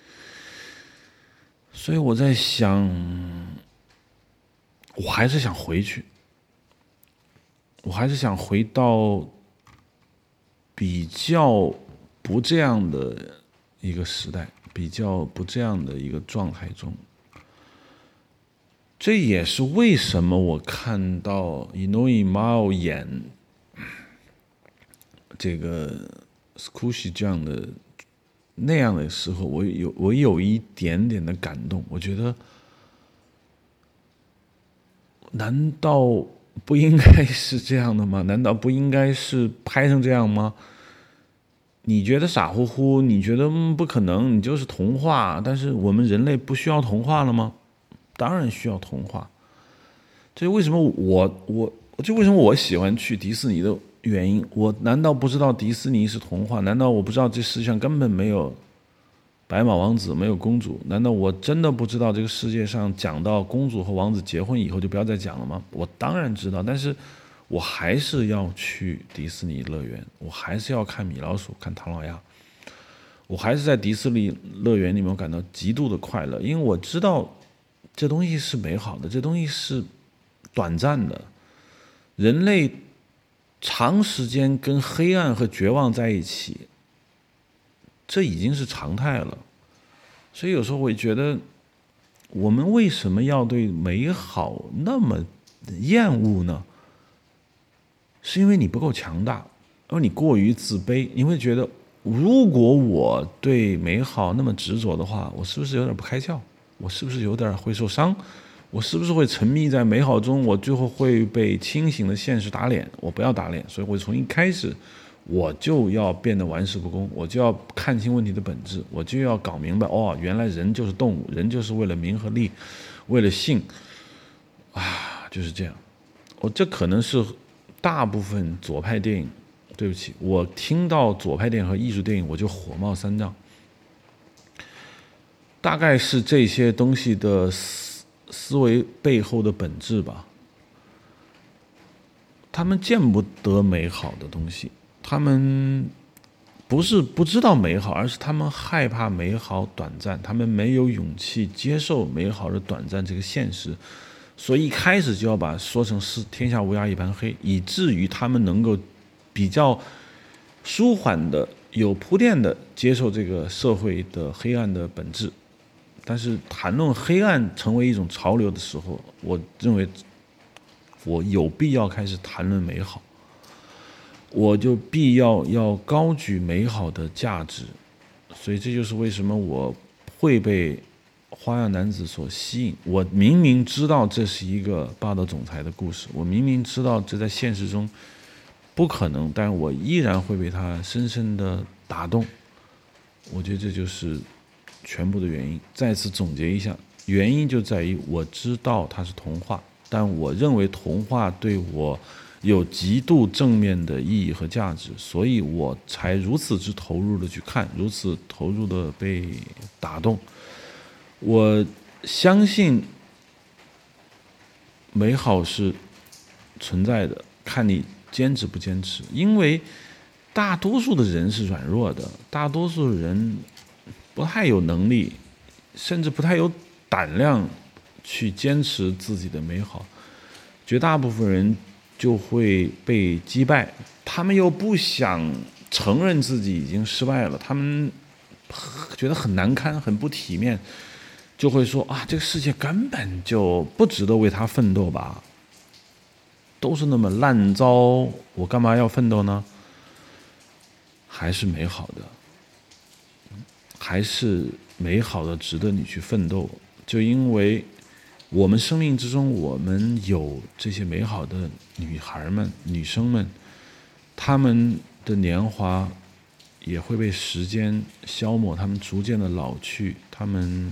所以我在想，我还是想回去，我还是想回到比较不这样的一个时代，比较不这样的一个状态中。这也是为什么我看到伊诺伊猫演这个 Squishy 这样的那样的时候，我有一点点的感动。我觉得，难道不应该是这样的吗？难道不应该是拍成这样吗？你觉得傻乎乎，你觉得不可能，你就是童话。但是我们人类不需要童话了吗？当然需要童话。这为什么为什么我喜欢去迪士尼的原因。我难道不知道迪士尼是童话？难道我不知道这世界上根本没有白马王子，没有公主？难道我真的不知道这个世界上讲到公主和王子结婚以后就不要再讲了吗？我当然知道，但是我还是要去迪士尼乐园，我还是要看米老鼠，看唐老鸭，我还是在迪士尼乐园里面感到极度的快乐，因为我知道这东西是美好的，这东西是短暂的。人类长时间跟黑暗和绝望在一起，这已经是常态了。所以有时候我觉得，我们为什么要对美好那么厌恶呢？是因为你不够强大，而你过于自卑。你会觉得如果我对美好那么执着的话，我是不是有点不开窍？我是不是有点会受伤？我是不是会沉迷在美好中？我最后会被清醒的现实打脸？我不要打脸，所以我从一开始我就要变得玩世不恭，我就要看清问题的本质，我就要搞明白，哦，原来人就是动物，人就是为了名和利，为了性啊，就是这样。这可能是大部分左派电影，对不起，我听到左派电影和艺术电影我就火冒三丈，大概是这些东西的思维背后的本质吧。他们见不得美好的东西，他们不是不知道美好，而是他们害怕美好短暂，他们没有勇气接受美好的短暂这个现实，所以一开始就要把说成是天下乌鸦一般黑，以至于他们能够比较舒缓的、有铺垫的接受这个社会的黑暗的本质。但是谈论黑暗成为一种潮流的时候，我认为我有必要开始谈论美好，我就必要高举美好的价值。所以这就是为什么我会被花样男子所吸引。我明明知道这是一个霸道总裁的故事，我明明知道这在现实中不可能，但我依然会被他深深的打动。我觉得这就是全部的原因。再次总结一下，原因就在于我知道它是童话，但我认为童话对我有极度正面的意义和价值，所以我才如此之投入的去看，如此投入的被打动。我相信美好是存在的，看你坚持不坚持。因为大多数的人是软弱的，大多数人不太有能力，甚至不太有胆量去坚持自己的美好。绝大部分人就会被击败，他们又不想承认自己已经失败了，他们觉得很难堪，很不体面，就会说啊，这个世界根本就不值得为他奋斗吧，都是那么烂糟，我干嘛要奋斗呢？还是美好的，还是美好的，值得你去奋斗。就因为我们生命之中，我们有这些美好的女孩们、女生们，她们的年华也会被时间消磨，她们逐渐的老去，她们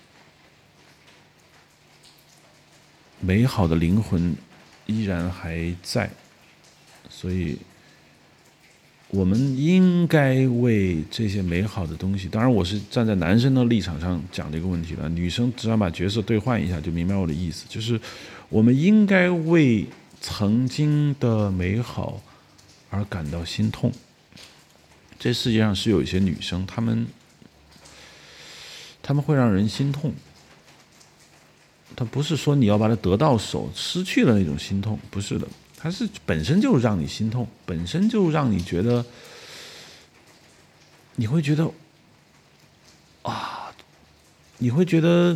美好的灵魂依然还在，所以我们应该为这些美好的东西，当然我是站在男生的立场上讲这个问题了，女生只要把角色兑换一下就明白我的意思，就是我们应该为曾经的美好而感到心痛。这世界上是有一些女生，她们会让人心痛，她不是说你要把它得到手失去了那种心痛，不是的，它是本身就让你心痛，本身就让你觉得，你会觉得啊，你会觉得，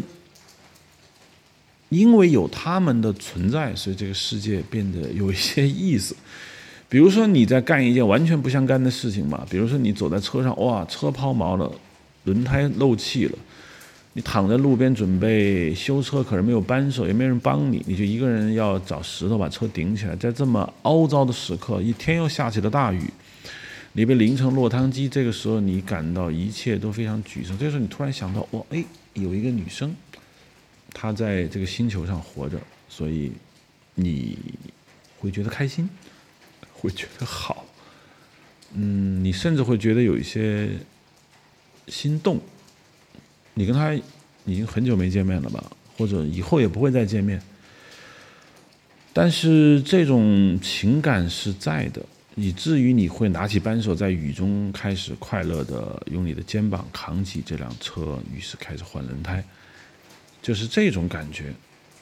因为有他们的存在，所以这个世界变得有一些意思。比如说你在干一件完全不相干的事情嘛，比如说你走在车上，哇，车抛锚了，轮胎漏气了，你躺在路边准备修车，可是没有扳手，也没人帮你，你就一个人要找石头把车顶起来。在这么凹糟的时刻，一天又下起了大雨，你被淋成落汤鸡，这个时候你感到一切都非常沮丧。这个时候你突然想到，哇，有一个女生，她在这个星球上活着，所以你会觉得开心，会觉得好，你甚至会觉得有一些心动。你跟他已经很久没见面了吧，或者以后也不会再见面，但是这种情感是在的，以至于你会拿起扳手，在雨中开始快乐的用你的肩膀扛起这辆车，于是开始换轮胎，就是这种感觉。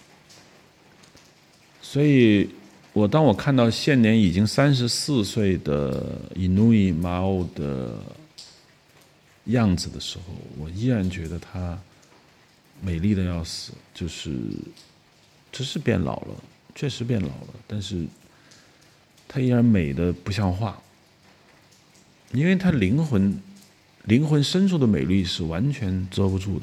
所以当我看到现年已经34岁的伊努伊马欧的样子的时候，我依然觉得她美丽的要死，只是变老了，确实变老了，但是她依然美的不像话。 因为他灵魂深处的美丽是完全遮不住的。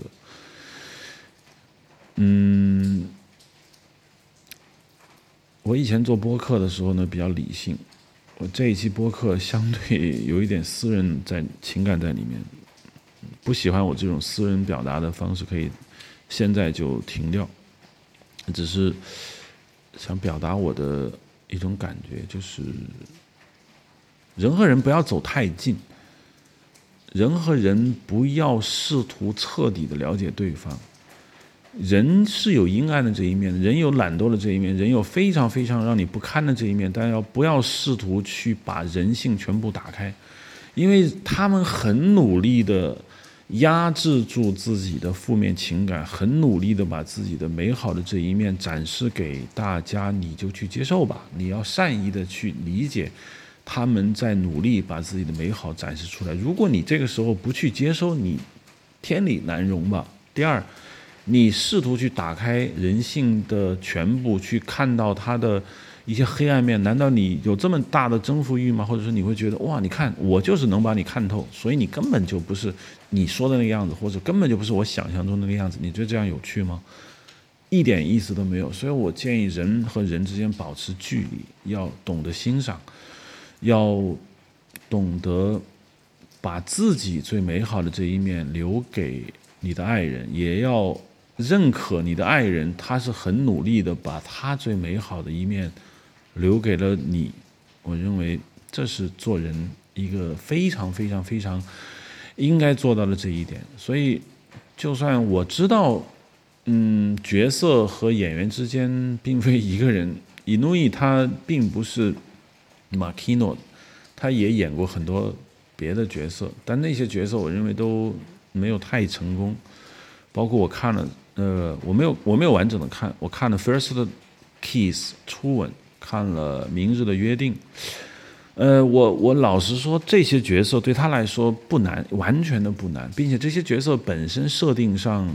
我以前做播客的时候呢比较理性，我这一期播客相对有一点私人情感在里面，不喜欢我这种私人表达的方式可以现在就停掉，只是想表达我的一种感觉，就是人和人不要走太近，人和人不要试图彻底的了解对方。人是有阴暗的这一面，人有懒惰的这一面，人有非常非常让你不堪的这一面，但不要试图去把人性全部打开，因为他们很努力的压制住自己的负面情感，很努力的把自己的美好的这一面展示给大家，你就去接受吧，你要善意的去理解他们在努力把自己的美好展示出来。如果你这个时候不去接收，你天理难容吧。第二，你试图去打开人性的全部，去看到他的一些黑暗面，难道你有这么大的征服欲吗？或者说你会觉得哇，你看我就是能把你看透，所以你根本就不是你说的那个样子，或者根本就不是我想象中的那个样子，你觉得这样有趣吗？一点意思都没有。所以我建议人和人之间保持距离，要懂得欣赏，要懂得把自己最美好的这一面留给你的爱人，也要认可你的爱人他是很努力的把他最美好的一面留给了你。我认为这是做人一个非常非常非常应该做到的这一点。所以就算我知道角色和演员之间并非一个人，伊努伊他并不是马基诺，他也演过很多别的角色，但那些角色我认为都没有太成功。包括我看了我没有完整的看，我看了 First Kiss 初吻，看了明日的约定。我老实说，这些角色对他来说不难，完全的不难，并且这些角色本身设定上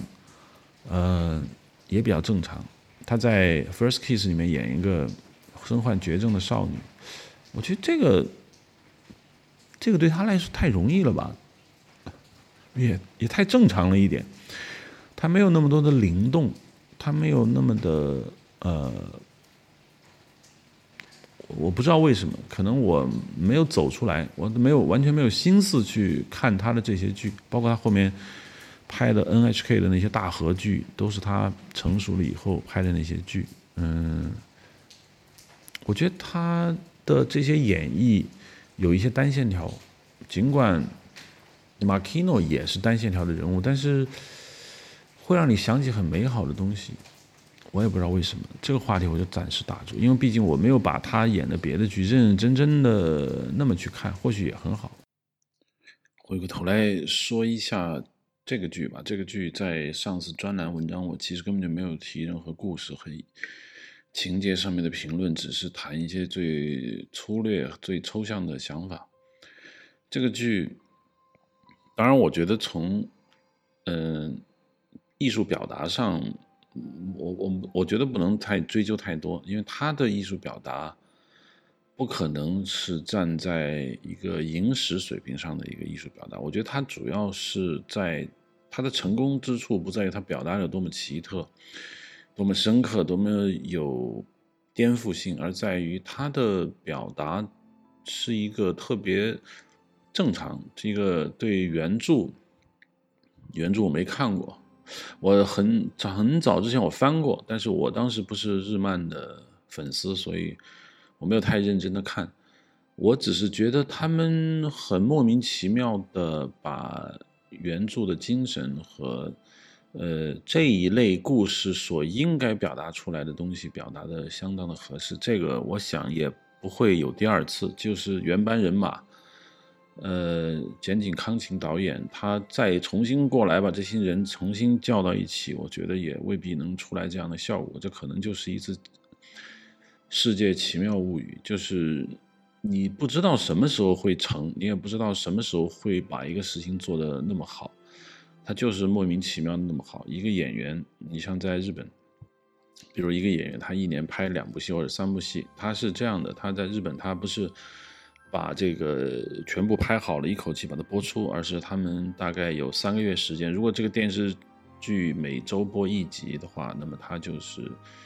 也比较正常。他在 First Kiss 里面演一个身患绝症的少女，我觉得这个对他来说太容易了吧，也太正常了一点。他没有那么多的灵动，他没有那么的我不知道为什么，可能我没有走出来，我完全没有心思去看他的这些剧，包括他后面拍的 NHK 的那些大合剧，都是他成熟了以后拍的那些剧。我觉得他的这些演绎有一些单线条，尽管马基诺也是单线条的人物，但是会让你想起很美好的东西。我也不知道为什么，这个话题我就暂时打住，因为毕竟我没有把他演的别的剧认认真真的那么去看，或许也很好。回过头来说一下这个剧吧，这个剧在上次专栏文章我其实根本就没有提任何故事和情节上面的评论，只是谈一些最粗略、最抽象的想法。这个剧，当然我觉得从艺术表达上，我觉得不能太追究太多，因为他的艺术表达不可能是站在一个影史水平上的一个艺术表达。我觉得他主要是在他的成功之处不在于他表达有多么奇特、多么深刻、多么有颠覆性，而在于他的表达是一个特别正常，是一个对原著我没看过。我很早之前我翻过，但是我当时不是日漫的粉丝，所以我没有太认真的看。我只是觉得他们很莫名其妙的把原著的精神和这一类故事所应该表达出来的东西表达的相当的合适。这个我想也不会有第二次，就是原班人马。简井康晴导演他再重新过来把这些人重新叫到一起，我觉得也未必能出来这样的效果。这可能就是一次世界奇妙物语，就是你不知道什么时候会成，你也不知道什么时候会把一个事情做得那么好，他就是莫名其妙的那么好。一个演员，你像在日本，比如一个演员他一年拍2部戏或者3部戏，他是这样的，他在日本他不是把这个全部拍好了，一口气把它播出，而是他们大概有3个月时间。如果这个电视剧每周播1集的话，那么它就是，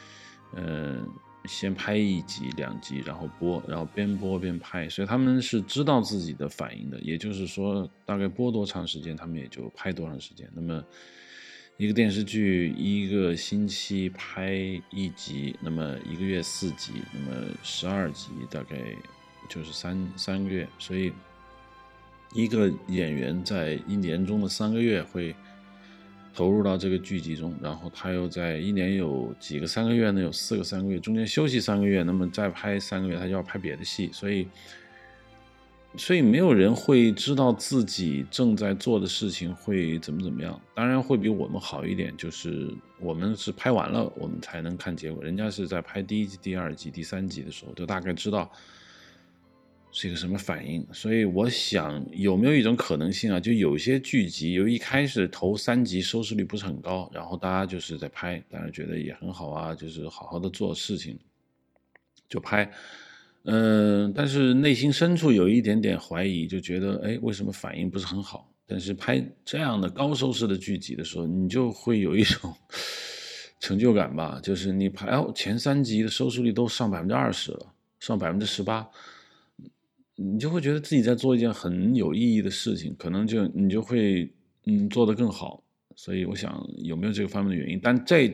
先拍1集、2集，然后播，然后边播边拍，所以他们是知道自己的反应的。也就是说，大概播多长时间，他们也就拍多长时间。那么，一个电视剧1个星期拍1集，那么1个月4集，那么12集，大概就是三个月。所以，一个演员在1年中的3个月会投入到这个剧集中，然后他又在1年有几个3个月呢？有4个3个月，中间休息3个月，那么再拍3个月，他就要拍别的戏，所以没有人会知道自己正在做的事情会怎么样。当然会比我们好一点，就是我们是拍完了我们才能看结果，人家是在拍第1集、第2集、第3集的时候就大概知道是一个什么反应。所以我想有没有一种可能性啊，就有些剧集由一开始头3集收视率不是很高，然后大家就是在拍，大家觉得也很好啊，就是好好的做事情就拍，但是内心深处有一点点怀疑，就觉得为什么反应不是很好。但是拍这样的高收视的剧集的时候，你就会有一种成就感吧，就是你拍前3集的收视率都上20%了，上18%，你就会觉得自己在做一件很有意义的事情，可能你就会做得更好。所以我想有没有这个方面的原因，但这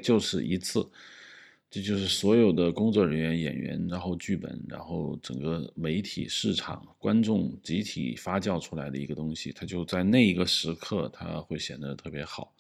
就是所有的工作人员、演员，然后剧本，然后整个媒体、市场、观众集体发酵出来的一个东西，它就在那一个时刻，它会显得特别好。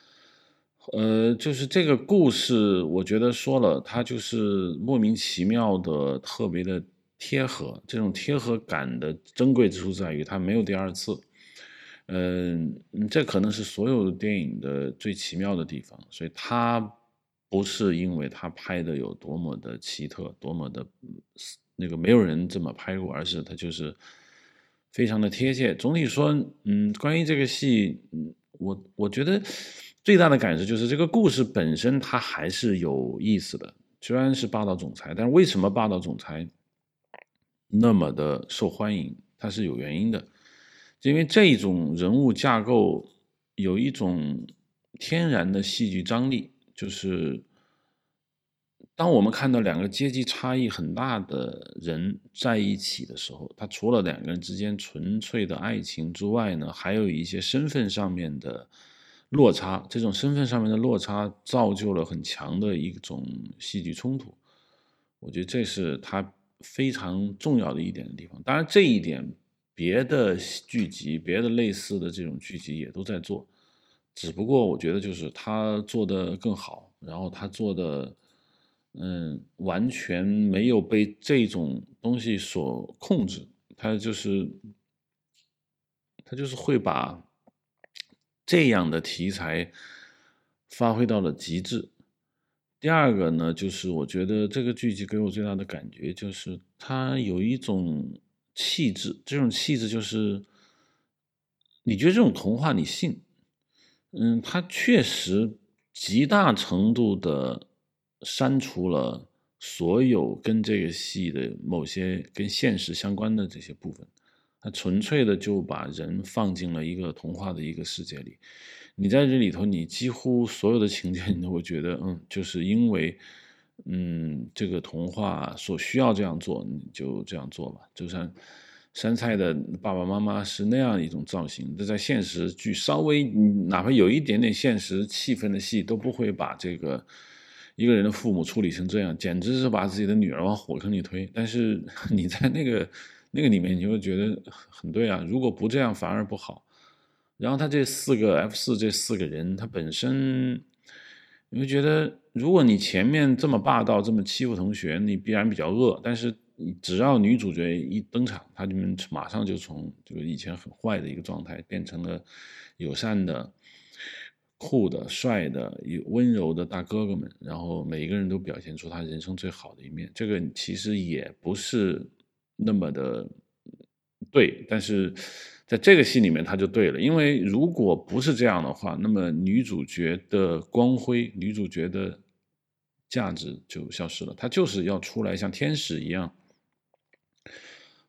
就是这个故事，我觉得说了，它就是莫名其妙的、特别的贴合。这种贴合感的珍贵之处在于，它没有第2次。这可能是所有电影的最奇妙的地方。所以它不是因为它拍的有多么的奇特，多么的那个没有人这么拍过，而是它就是非常的贴切。总体说，关于这个戏，我觉得最大的感受就是这个故事本身它还是有意思的。虽然是霸道总裁，但是为什么霸道总裁那么的受欢迎，它是有原因的。因为这种人物架构有一种天然的戏剧张力，就是当我们看到2个阶级差异很大的人在一起的时候，他除了2个人之间纯粹的爱情之外呢，还有一些身份上面的落差。这种身份上面的落差造就了很强的一种戏剧冲突。我觉得这是他非常重要的一点的地方。当然这一点别的剧集、别的类似的这种剧集也都在做，只不过我觉得就是他做的更好，然后他做的完全没有被这种东西所控制。他就是会把这样的题材发挥到了极致。第二个呢，就是我觉得这个剧集给我最大的感觉就是它有一种气质，这种气质就是你觉得这种童话你信。它确实极大程度的删除了所有跟这个戏的某些跟现实相关的这些部分，它纯粹的就把人放进了一个童话的一个世界里。你在这里头，你几乎所有的情节你都会觉得，就是因为，这个童话所需要这样做，你就这样做吧。就像杉菜的爸爸妈妈是那样一种造型，这在现实剧稍微哪怕有一点点现实气氛的戏，都不会把这个一个人的父母处理成这样，简直是把自己的女儿往火坑里推。但是你在那个里面，你就会觉得很对啊，如果不这样反而不好。然后他这F4这4个人，他本身你会觉得，如果你前面这么霸道，这么欺负同学，你必然比较恶。但是只要女主角一登场，他们马上就从这个以前很坏的一个状态，变成了友善的、酷的、帅的、温柔的大哥哥们。然后每一个人都表现出他人生最好的一面。这个其实也不是那么的对，但是在这个戏里面他就对了。因为如果不是这样的话，那么女主角的光辉、女主角的价值就消失了。她就是要出来像天使一样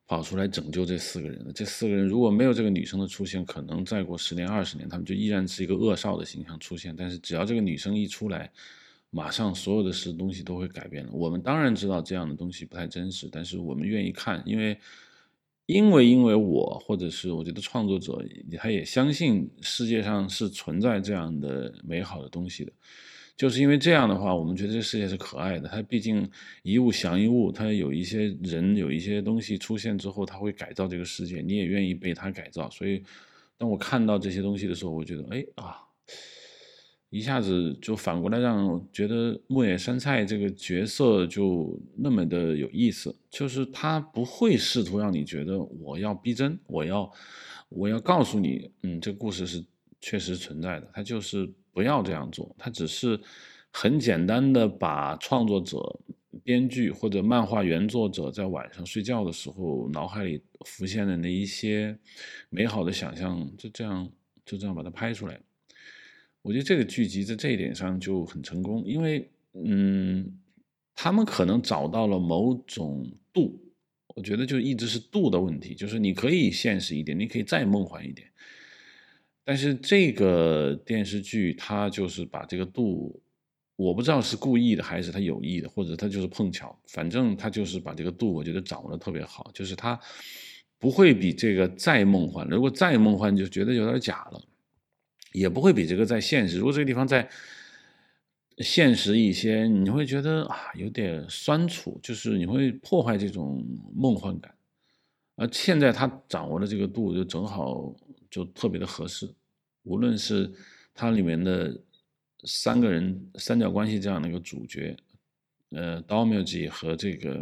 跑出来拯救这4个人的。这4个人如果没有这个女生的出现，可能再过10年、20年，他们就依然是一个恶少的形象出现。但是只要这个女生一出来，马上所有的东西都会改变了。我们当然知道这样的东西不太真实，但是我们愿意看，因为我或者是我觉得创作者他也相信世界上是存在这样的美好的东西的。就是因为这样的话，我们觉得这个世界是可爱的。它毕竟一物降一物，它有一些人有一些东西出现之后，它会改造这个世界，你也愿意被它改造。所以当我看到这些东西的时候，我觉得一下子就反过来让我觉得牧野山菜这个角色就那么的有意思，就是他不会试图让你觉得我要逼真，我要告诉你，这个故事是确实存在的，他就是不要这样做，他只是很简单的把创作者、编剧或者漫画原作者在晚上睡觉的时候脑海里浮现的那一些美好的想象，就这样把它拍出来。我觉得这个剧集在这一点上就很成功，因为他们可能找到了某种度，我觉得就一直是度的问题，就是你可以现实一点，你可以再梦幻一点，但是这个电视剧它就是把这个度，我不知道是故意的还是他有意的，或者他就是碰巧，反正他就是把这个度我觉得掌握的特别好，就是他不会比这个再梦幻，如果再梦幻就觉得有点假了。也不会比这个再现实。如果这个地方再现实一些，你会觉得有点酸楚，就是你会破坏这种梦幻感。而现在他掌握的这个度就正好就特别的合适，无论是它里面的3个人三角关系这样的一个主角，Domoji 和这个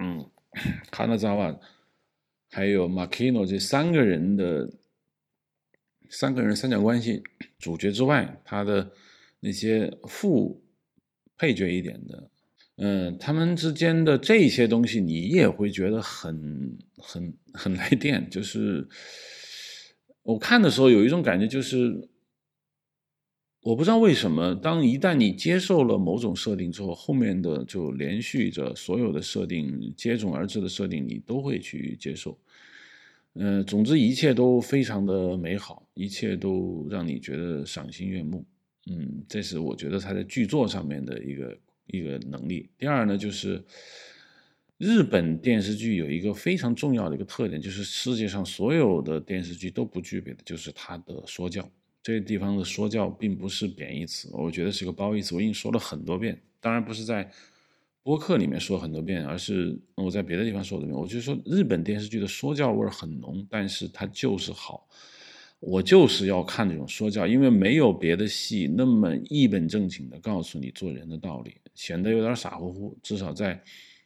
Kanazawa 还有 Makino 这三个人三角关系主角之外，他的那些副配角一点的，他们之间的这些东西，你也会觉得很来电。就是我看的时候有一种感觉，就是我不知道为什么，一旦你接受了某种设定之后，后面的就连续着所有的设定接踵而至的设定，你都会去接受。总之一切都非常的美好，一切都让你觉得赏心悦目。这是我觉得他在剧作上面的一个能力。第二呢，就是日本电视剧有一个非常重要的一个特点，就是世界上所有的电视剧都不具备的，就是它的说教。这个地方的说教并不是贬义词，我觉得是个褒义词，我已经说了很多遍，当然不是在播客里面说很多遍，而是我在别的地方说的遍。我就说日本电视剧的说教味很浓，但是它就是好。我就是要看这种说教，因为没有别的戏那么一本正经的告诉你做人的道理，显得有点傻乎乎。至少在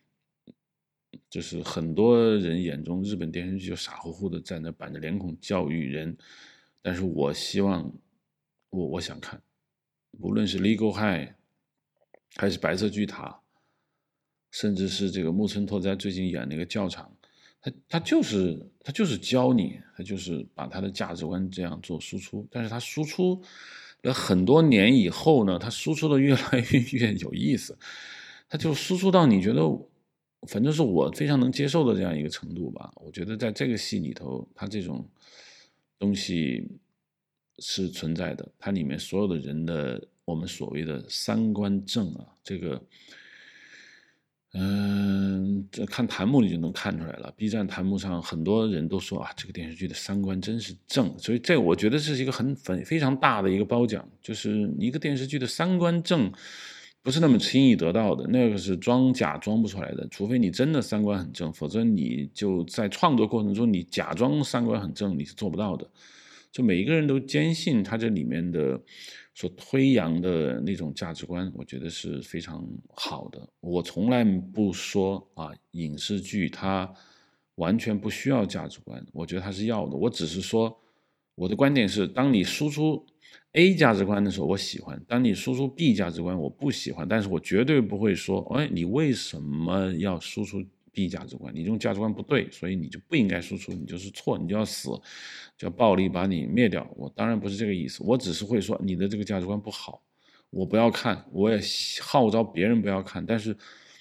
就是很多人眼中，日本电视剧就傻乎乎的在那板着脸孔教育人。但是我希望，我想看，无论是《Legal High》还是《白色巨塔》，甚至是这个木村拓哉最近演那个教场，他就是教你，他就是把他的价值观这样做输出。但是他输出了很多年以后呢，他输出的越来越有意思，他就输出到你觉得，反正是我非常能接受的这样一个程度吧。我觉得在这个戏里头，他这种东西是存在的，它里面所有的人的我们所谓的三观正啊，这个。这看弹幕你就能看出来了。B 站弹幕上很多人都说这个电视剧的三观真是正，所以我觉得这是一个非常大的一个褒奖，就是一个电视剧的三观正，不是那么轻易得到的，那个是装假装不出来的，除非你真的三观很正，否则你就在创作过程中你假装三观很正，你是做不到的。就每一个人都坚信他这里面的所推扬的那种价值观，我觉得是非常好的。我从来不说影视剧它完全不需要价值观，我觉得它是要的。我只是说，我的观点是，当你输出 A 价值观的时候，我喜欢；当你输出 B 价值观，我不喜欢。但是我绝对不会说，你为什么要输出B 价值观？你这种价值观不对，所以你就不应该输出，你就是错，你就要死，就要暴力把你灭掉。我当然不是这个意思，我只是会说你的这个价值观不好，我不要看，我也号召别人不要看。但是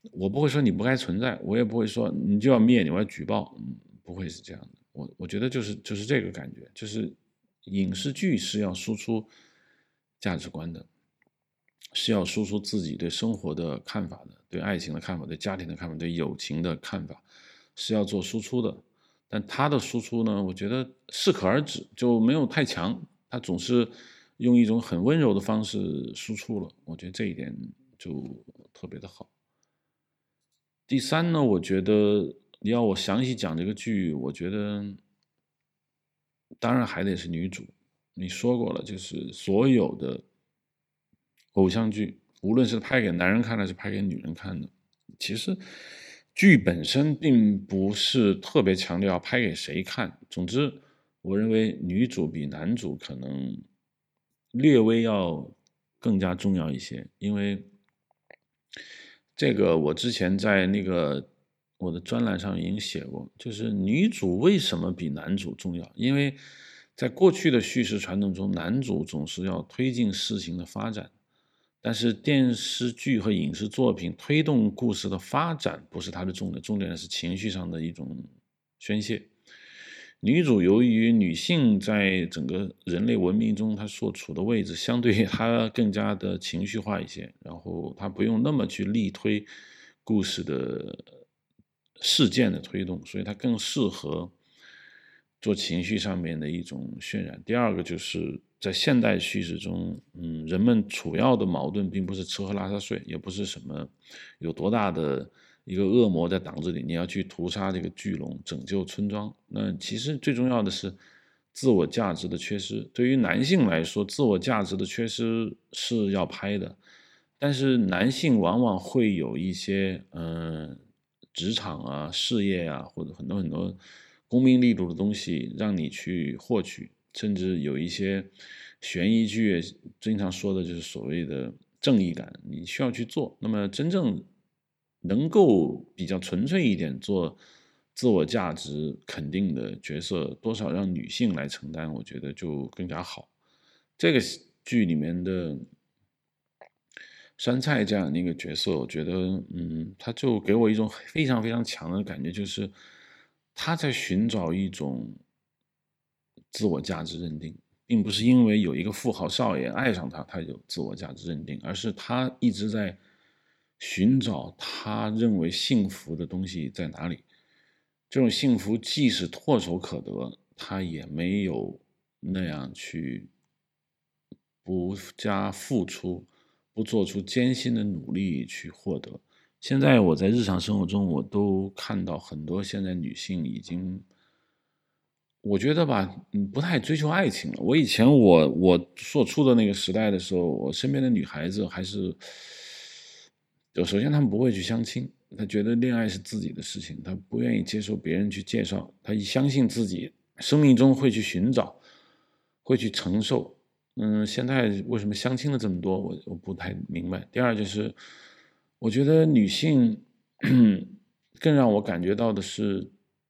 我不会说你不该存在，我也不会说你就要灭你，我要举报，不会是这样的。我觉得就是这个感觉，就是影视剧是要输出价值观的，是要输出自己对生活的看法的，对爱情的看法，对家庭的看法，对友情的看法，是要做输出的。但他的输出呢，我觉得适可而止，就没有太强，他总是用一种很温柔的方式输出了，我觉得这一点就特别的好。第三呢，我觉得你要我详细讲这个剧，我觉得当然还得是女主。你说过了，就是所有的偶像剧，无论是拍给男人看的，还是拍给女人看的，其实剧本身并不是特别强调要拍给谁看。总之，我认为女主比男主可能略微要更加重要一些，因为这个我之前在那个我的专栏上已经写过，就是女主为什么比男主重要？因为在过去的叙事传统中，男主总是要推进事情的发展，但是电视剧和影视作品推动故事的发展不是它的重点，重点是情绪上的一种宣泄。女主由于女性在整个人类文明中她所处的位置，相对她更加的情绪化一些，然后她不用那么去力推故事的事件的推动，所以她更适合做情绪上面的一种渲染。第二个就是在现代叙事中，人们主要的矛盾并不是吃喝拉撒睡，也不是什么有多大的一个恶魔在挡着你，你要去屠杀这个巨龙，拯救村庄。那其实最重要的是自我价值的缺失。对于男性来说，自我价值的缺失是要拍的，但是男性往往会有一些职场啊、事业啊，或者很多很多功名利禄的东西让你去获取，甚至有一些悬疑剧经常说的就是所谓的正义感，你需要去做。那么真正能够比较纯粹一点做自我价值肯定的角色，多少让女性来承担，我觉得就更加好。这个剧里面的杉菜这样的一个角色，我觉得，他就给我一种非常非常强的感觉，就是他在寻找一种自我价值认定，并不是因为有一个富豪少爷爱上他，他有自我价值认定，而是他一直在寻找他认为幸福的东西在哪里。这种幸福即使唾手可得，他也没有那样去不加付出，不做出艰辛的努力去获得。现在我在日常生活中，我都看到很多现在女性已经，我觉得吧，不太追求爱情了。我以前我所处的那个时代的时候，我身边的女孩子还是，就首先她们不会去相亲，她觉得恋爱是自己的事情，她不愿意接受别人去介绍，她相信自己生命中会去寻找，会去承受。现在为什么相亲的这么多，我不太明白。第二就是，我觉得女性更让我感觉到的是，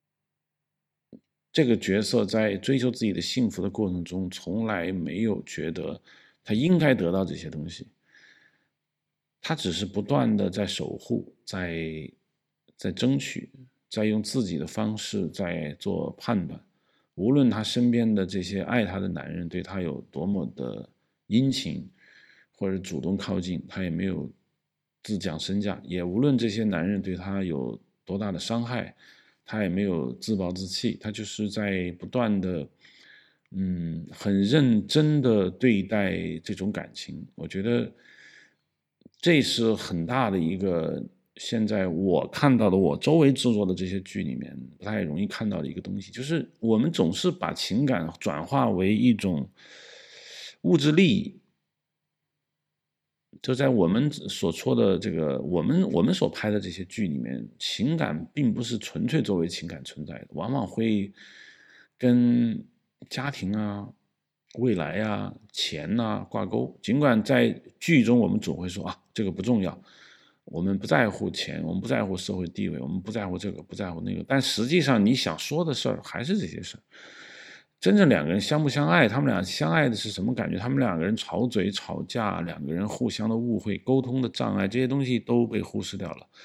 这个角色在追求自己的幸福的过程中，从来没有觉得她应该得到这些东西，她只是不断的在守护，在争取，在用自己的方式在做判断。无论她身边的这些爱她的男人对她有多么的殷勤，或者主动靠近，她也没有自降身价；也无论这些男人对她有多大的伤害，她也没有自暴自弃。她就是在不断的，很认真的对待这种感情。我觉得这是很大的一个。现在我看到的，我周围制作的这些剧里面不太容易看到的一个东西，就是我们总是把情感转化为一种物质利益。就在我们所说的这个，我们所拍的这些剧里面，情感并不是纯粹作为情感存在的，往往会跟家庭啊、未来啊、钱呐挂钩。尽管在剧中我们总会说啊，这个不重要。我们不在乎钱，我们不在乎社会地位，我们不在乎这个，不在乎那个，但实际上你想说的事儿还是这些事儿。真正两个人相不相爱，他们俩相爱的是什么感觉？他们两个人吵嘴、吵架，两个人互相的误会、沟通的障碍，这些东西都被忽视掉了。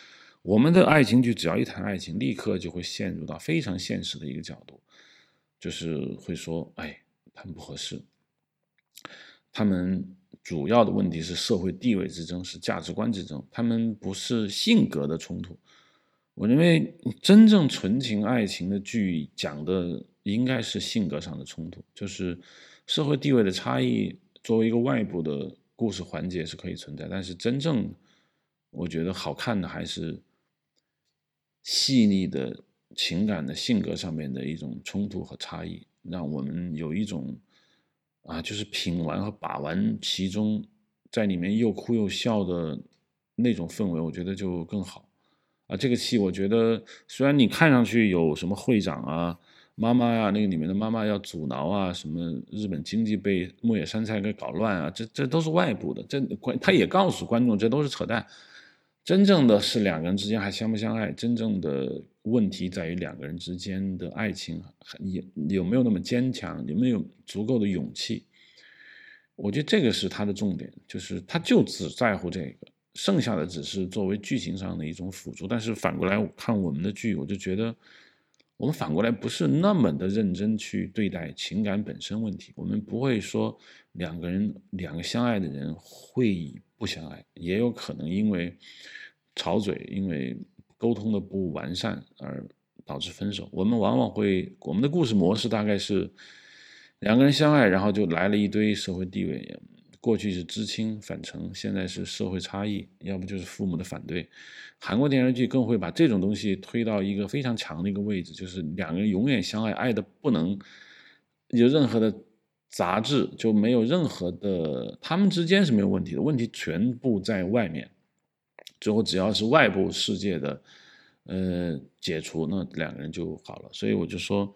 我们的爱情剧只要一谈爱情，立刻就会陷入到非常现实的一个角度，就是会说，哎，他们不合适，他们主要的问题是社会地位之争，是价值观之争，他们不是性格的冲突。我认为真正纯情爱情的剧讲的应该是性格上的冲突，就是社会地位的差异作为一个外部的故事环节是可以存在，但是真正我觉得好看的还是细腻的情感的性格上面的一种冲突和差异，让我们有一种就是品完和把玩其中，在里面又哭又笑的那种氛围，我觉得就更好。这个戏我觉得虽然你看上去有什么会长啊、妈妈呀，那个里面的妈妈要阻挠啊，什么日本经济被牧野山菜给搞乱啊，这都是外部的，他也告诉观众这都是扯淡。真正的是两个人之间还相不相爱，真正的问题在于两个人之间的爱情有没有那么坚强，有没有足够的勇气。我觉得这个是他的重点，就是他就只在乎这个，剩下的只是作为剧情上的一种辅助。但是反过来看我们的剧，我就觉得我们反过来不是那么的认真去对待情感本身问题，我们不会说两个相爱的人会不相爱，也有可能因为吵嘴，因为沟通的不完善而导致分手。我们往往会，我们的故事模式大概是两个人相爱，然后就来了一堆社会地位，过去是知青返城，现在是社会差异，要不就是父母的反对。韩国电视剧更会把这种东西推到一个非常强的一个位置，就是两个人永远相爱，爱的不能有任何的杂质，就没有任何的，他们之间是没有问题的，问题全部在外面。最后只要是外部世界的解除，那两个人就好了。所以我就说，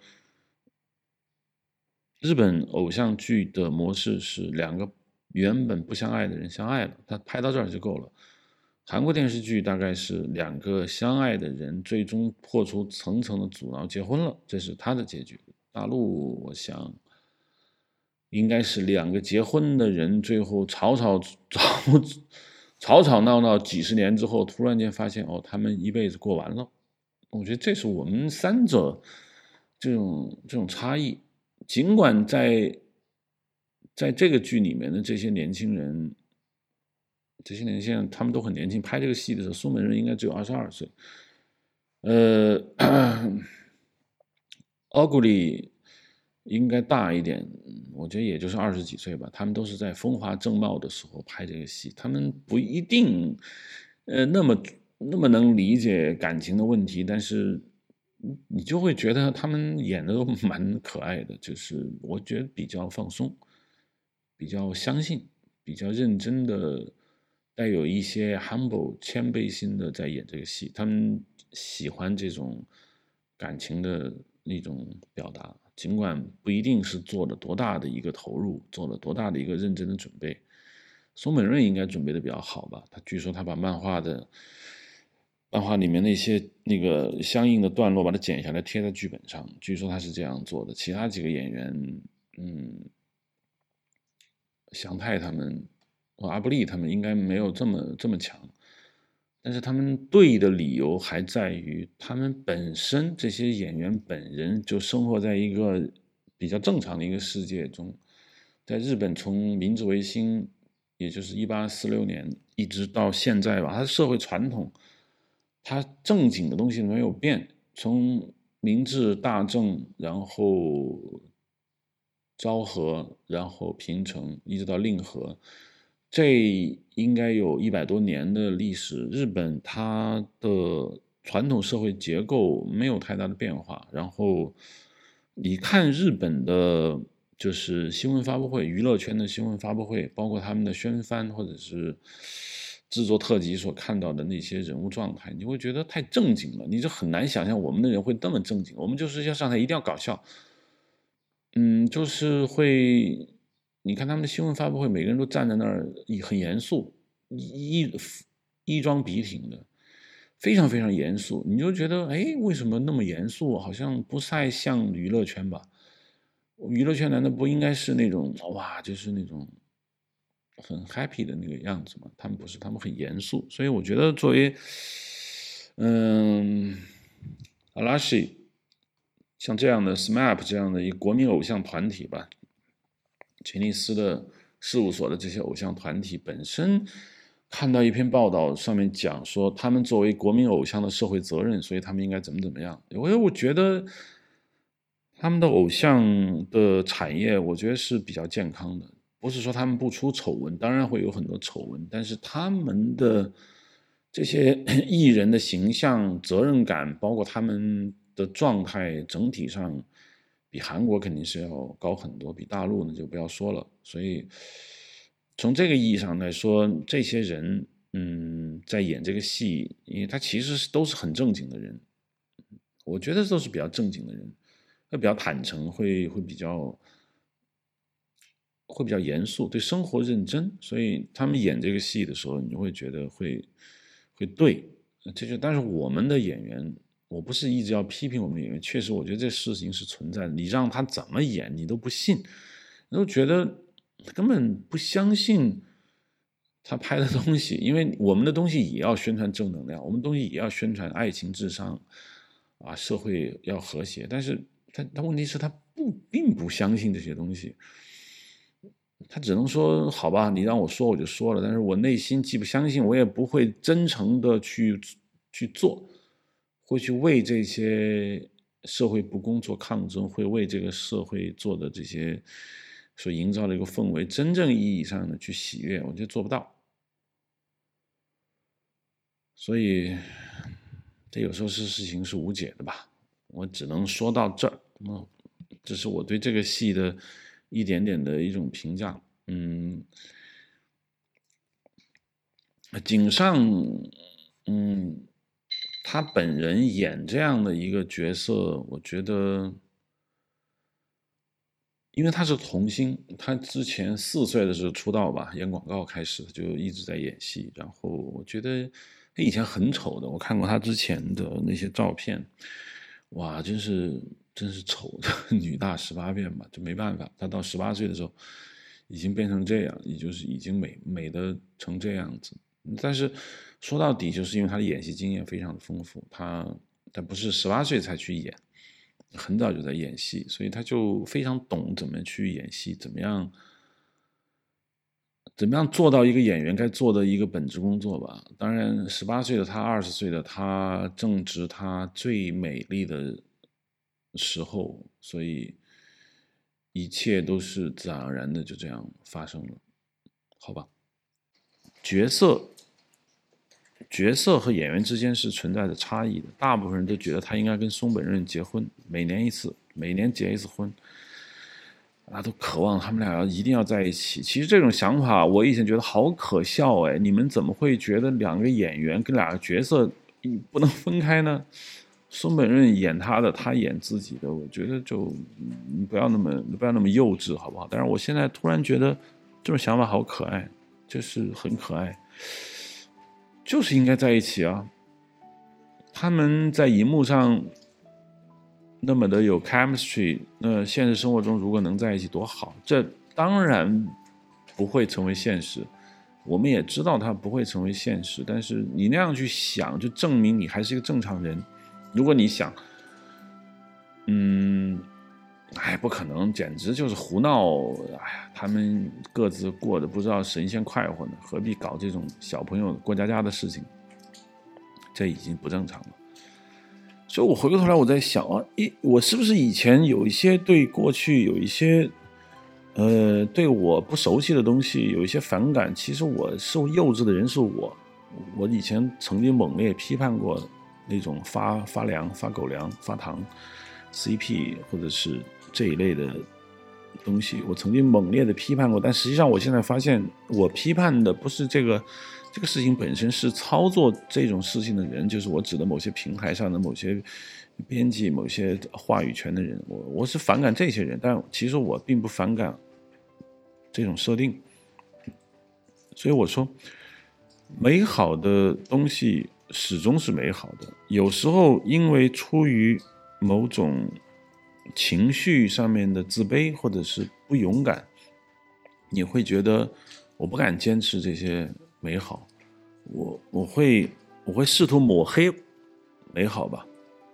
日本偶像剧的模式是两个原本不相爱的人相爱了，他拍到这儿就够了。韩国电视剧大概是两个相爱的人最终破除层层的阻挠结婚了，这是他的结局。大陆我想应该是两个结婚的人最后吵吵闹闹几十年之后，突然间发现他们一辈子过完了。我觉得这是我们三者这种差异。尽管在这个剧里面的这些年轻人他们都很年轻，拍这个戏的时候，松本润应该只有22岁。奥古里应该大一点，我觉得也就是20几岁吧。他们都是在风华正茂的时候拍这个戏，他们不一定那么能理解感情的问题，但是你就会觉得他们演的都蛮可爱的，就是我觉得比较放松，比较相信，比较认真的，带有一些 humble 谦卑心的在演这个戏。他们喜欢这种感情的一种表达，尽管不一定是做了多大的一个投入，做了多大的一个认真的准备。松本润应该准备的比较好吧？据说他把漫画里面那些那个相应的段落把它剪下来贴在剧本上，据说他是这样做的。其他几个演员，祥太他们和阿布利他们应该没有这么强，但是他们对的理由还在于他们本身这些演员本人就生活在一个比较正常的一个世界中。在日本从明治维新，也就是1846年一直到现在吧，它的社会传统，它正经的东西没有变，从明治大正，然后昭和，然后平成，一直到令和，这应该有100多年的历史。日本它的传统社会结构没有太大的变化，然后你看日本的就是新闻发布会，娱乐圈的新闻发布会，包括他们的宣帆或者是制作特辑所看到的那些人物状态，你会觉得太正经了，你就很难想象我们的人会这么正经。我们就是要上台一定要搞笑，就是会，你看他们的新闻发布会，每个人都站在那儿，很严肃，衣装笔挺的，非常非常严肃。你就觉得，哎，为什么那么严肃？好像不太像娱乐圈吧？娱乐圈难道不应该是那种哇，就是那种很 happy 的那个样子吗？他们不是，他们很严肃。所以我觉得，作为阿拉西像这样的 SMAP 这样的一个国民偶像团体吧，杰尼斯的事务所的这些偶像团体本身，看到一篇报道上面讲说，他们作为国民偶像的社会责任，所以他们应该怎么样。我觉得他们的偶像的产业，我觉得是比较健康的，不是说他们不出丑闻，当然会有很多丑闻，但是他们的这些艺人的形象、责任感，包括他们的状态，整体上比韩国肯定是要高很多，比大陆呢就不要说了。所以从这个意义上来说，这些人在演这个戏，因为他其实都是很正经的人，我觉得都是比较正经的人，会比较坦诚，会比较严肃，对生活认真，所以他们演这个戏的时候，你会觉得会对。但是我们的演员，我不是一直要批评我们演员，确实我觉得这事情是存在的，你让他怎么演你都不信，你都觉得根本不相信他拍的东西，因为我们的东西也要宣传正能量，我们东西也要宣传爱情至上啊，社会要和谐，但是他问题是他并不相信这些东西，他只能说好吧，你让我说我就说了，但是我内心既不相信，我也不会真诚的去做，会去为这些社会不公做抗争，会为这个社会做的这些所营造的一个氛围真正意义上的去喜悦，我觉得做不到。所以这有时候事情是无解的吧，我只能说到这儿。这是我对这个戏的一点点的一种评价。井上，他本人演这样的一个角色，我觉得，因为他是童星，他之前4岁的时候出道吧，演广告开始就一直在演戏，然后我觉得他以前很丑的，我看过他之前的那些照片，哇，真是丑的女大18变吧，就没办法，他到18岁的时候已经变成这样，也就是已经美的成这样子。但是说到底，就是因为他的演戏经验非常的丰富，他不是18岁才去演，很早就在演戏，所以他就非常懂怎么去演戏，怎么样做到一个演员该做的一个本职工作吧。当然18岁的他，20岁的他正值他最美丽的时候，所以一切都是自然而然的就这样发生了，好吧。角色和演员之间是存在着差异的，大部分人都觉得他应该跟松本润结婚，每年结一次婚，都渴望他们俩一定要在一起。其实这种想法我以前觉得好可笑哎，你们怎么会觉得2个演员跟2个角色不能分开呢？松本润演他的，他演自己的，我觉得就不要那么幼稚好不好？但是我现在突然觉得这种想法好可爱，就是很可爱，就是应该在一起啊！他们在荧幕上那么的有 chemistry， 那现实生活中如果能在一起多好。这当然不会成为现实，我们也知道它不会成为现实，但是你那样去想，就证明你还是一个正常人。如果你想不可能，简直就是胡闹。他们各自过得不知道神仙快活呢，何必搞这种小朋友过家家的事情？这已经不正常了。所以我回过头来我在想我是不是以前有一些对过去有一些对我不熟悉的东西有一些反感？其实我是幼稚的人，是我以前曾经猛烈批判过那种发粮、发狗粮、发糖 CP 或者是这一类的东西，我曾经猛烈的批判过，但实际上我现在发现，我批判的不是这个事情本身，是操作这种事情的人，就是我指的某些平台上的某些编辑、某些话语权的人，我是反感这些人，但其实我并不反感这种设定。所以我说，美好的东西始终是美好的，有时候因为出于某种情绪上面的自卑或者是不勇敢，你会觉得我不敢坚持这些美好，我会试图抹黑美好吧。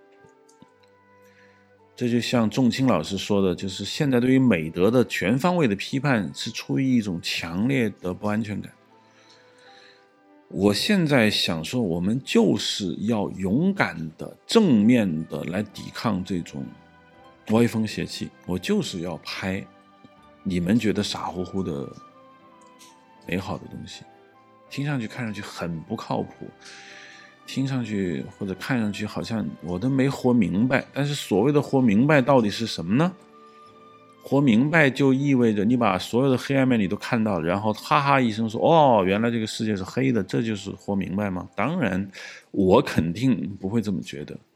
这就像仲卿老师说的，就是现在对于美德的全方位的批判是出于一种强烈的不安全感。我现在想说，我们就是要勇敢的、正面的来抵抗这种歪风邪气。我就是要拍你们觉得傻乎乎的美好的东西，听上去看上去很不靠谱，听上去或者看上去好像我都没活明白。但是所谓的活明白到底是什么呢？活明白就意味着你把所有的黑暗面你都看到了，然后哈哈一声说，哦，原来这个世界是黑的，这就是活明白吗？当然我肯定不会这么觉得。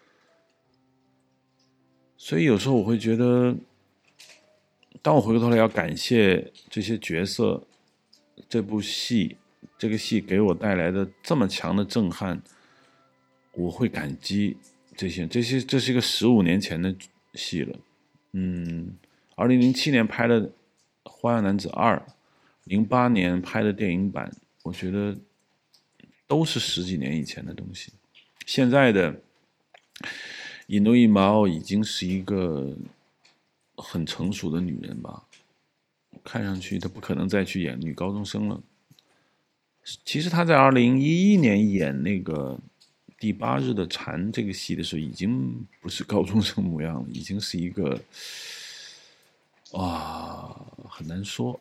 所以有时候我会觉得，当我回过头来要感谢这些角色，这个戏给我带来的这么强的震撼，我会感激这是一个15年前的戏了。2007年拍的《花样男子2》，08年拍的电影版，我觉得都是10几年以前的东西。现在的尹诺一毛已经是一个很成熟的女人吧，看上去她不可能再去演女高中生了。其实她在2011年演那个第8日的蝉这个戏的时候，已经不是高中生模样了，已经是一个很难说。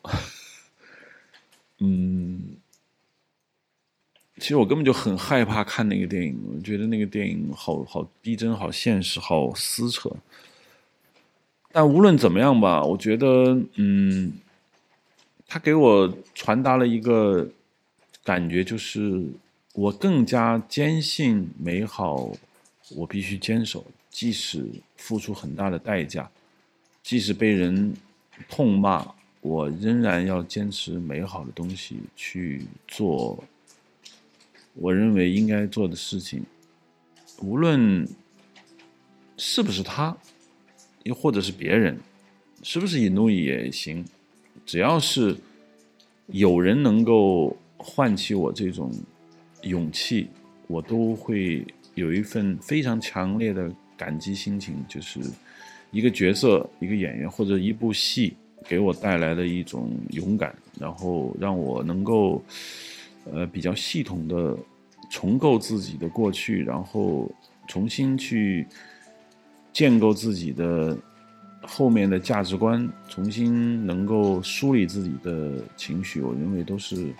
其实我根本就很害怕看那个电影，我觉得那个电影好逼真，好现实，好撕扯。但无论怎么样吧，我觉得它给我传达了一个感觉，就是我更加坚信美好我必须坚守，即使付出很大的代价，即使被人痛骂，我仍然要坚持美好的东西去做我认为应该做的事情，无论是不是他，又或者是别人，是不是尹怒也行，只要是有人能够唤起我这种勇气，我都会有一份非常强烈的感激心情，就是一个角色、一个演员或者一部戏给我带来的一种勇敢，然后让我能够比较系统的重构自己的过去，然后重新去建构自己的后面的价值观，重新能够梳理自己的情绪，我认为都是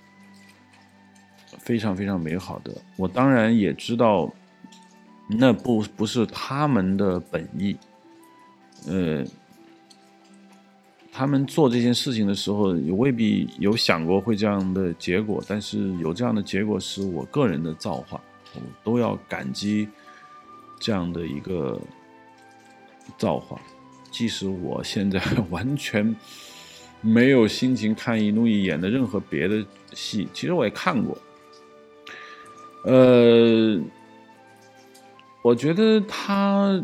非常非常美好的。我当然也知道那不是他们的本意，他们做这件事情的时候也未必有想过会这样的结果，但是有这样的结果是我个人的造化，我都要感激这样的一个造化。即使我现在完全没有心情看伊努伊演的任何别的戏，其实我也看过，我觉得他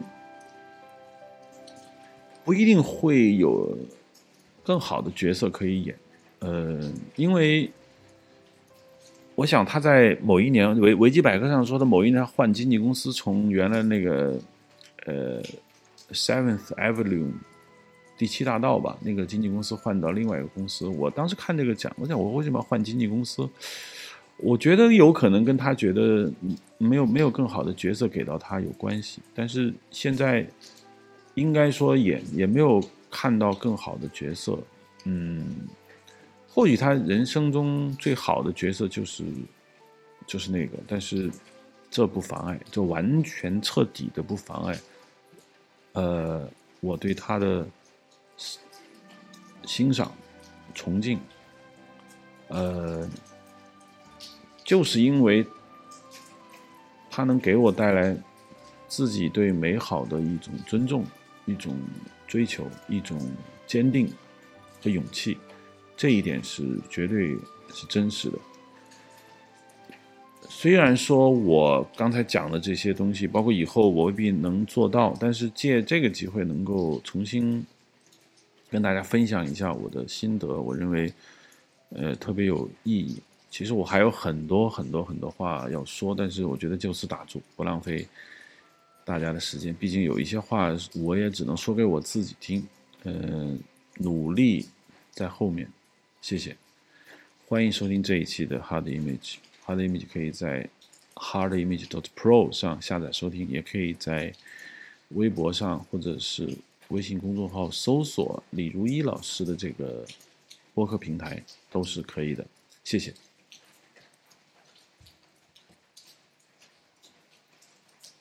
不一定会有更好的角色可以演，因为我想他在某一年维基百科上说的某一年换经纪公司，从原来那个Seventh Avenue 第7大道吧，那个经纪公司换到另外一个公司。我当时看这个讲，我想我为什么要换经纪公司？我觉得有可能跟他觉得没有更好的角色给到他有关系，但是现在应该说也没有看到更好的角色。或许他人生中最好的角色就是那个，但是这不妨碍，这完全彻底的不妨碍我对他的欣赏崇敬，就是因为他能给我带来自己对美好的一种尊重，一种追求，一种坚定和勇气，这一点是绝对是真实的。虽然说我刚才讲的这些东西，包括以后我未必能做到，但是借这个机会能够重新跟大家分享一下我的心得，我认为特别有意义。 其实我还有很多话要说，但是我觉得就此打住，不浪费大家的时间。毕竟有一些话我也只能说给我自己听，努力在后面。谢谢，欢迎收听这一期的 Hard Image。Hard Image 可以在 hardimage.pro 上下载收听，也可以在微博上或者是微信公众号搜索李如一老师的这个播客平台，都是可以的。谢谢。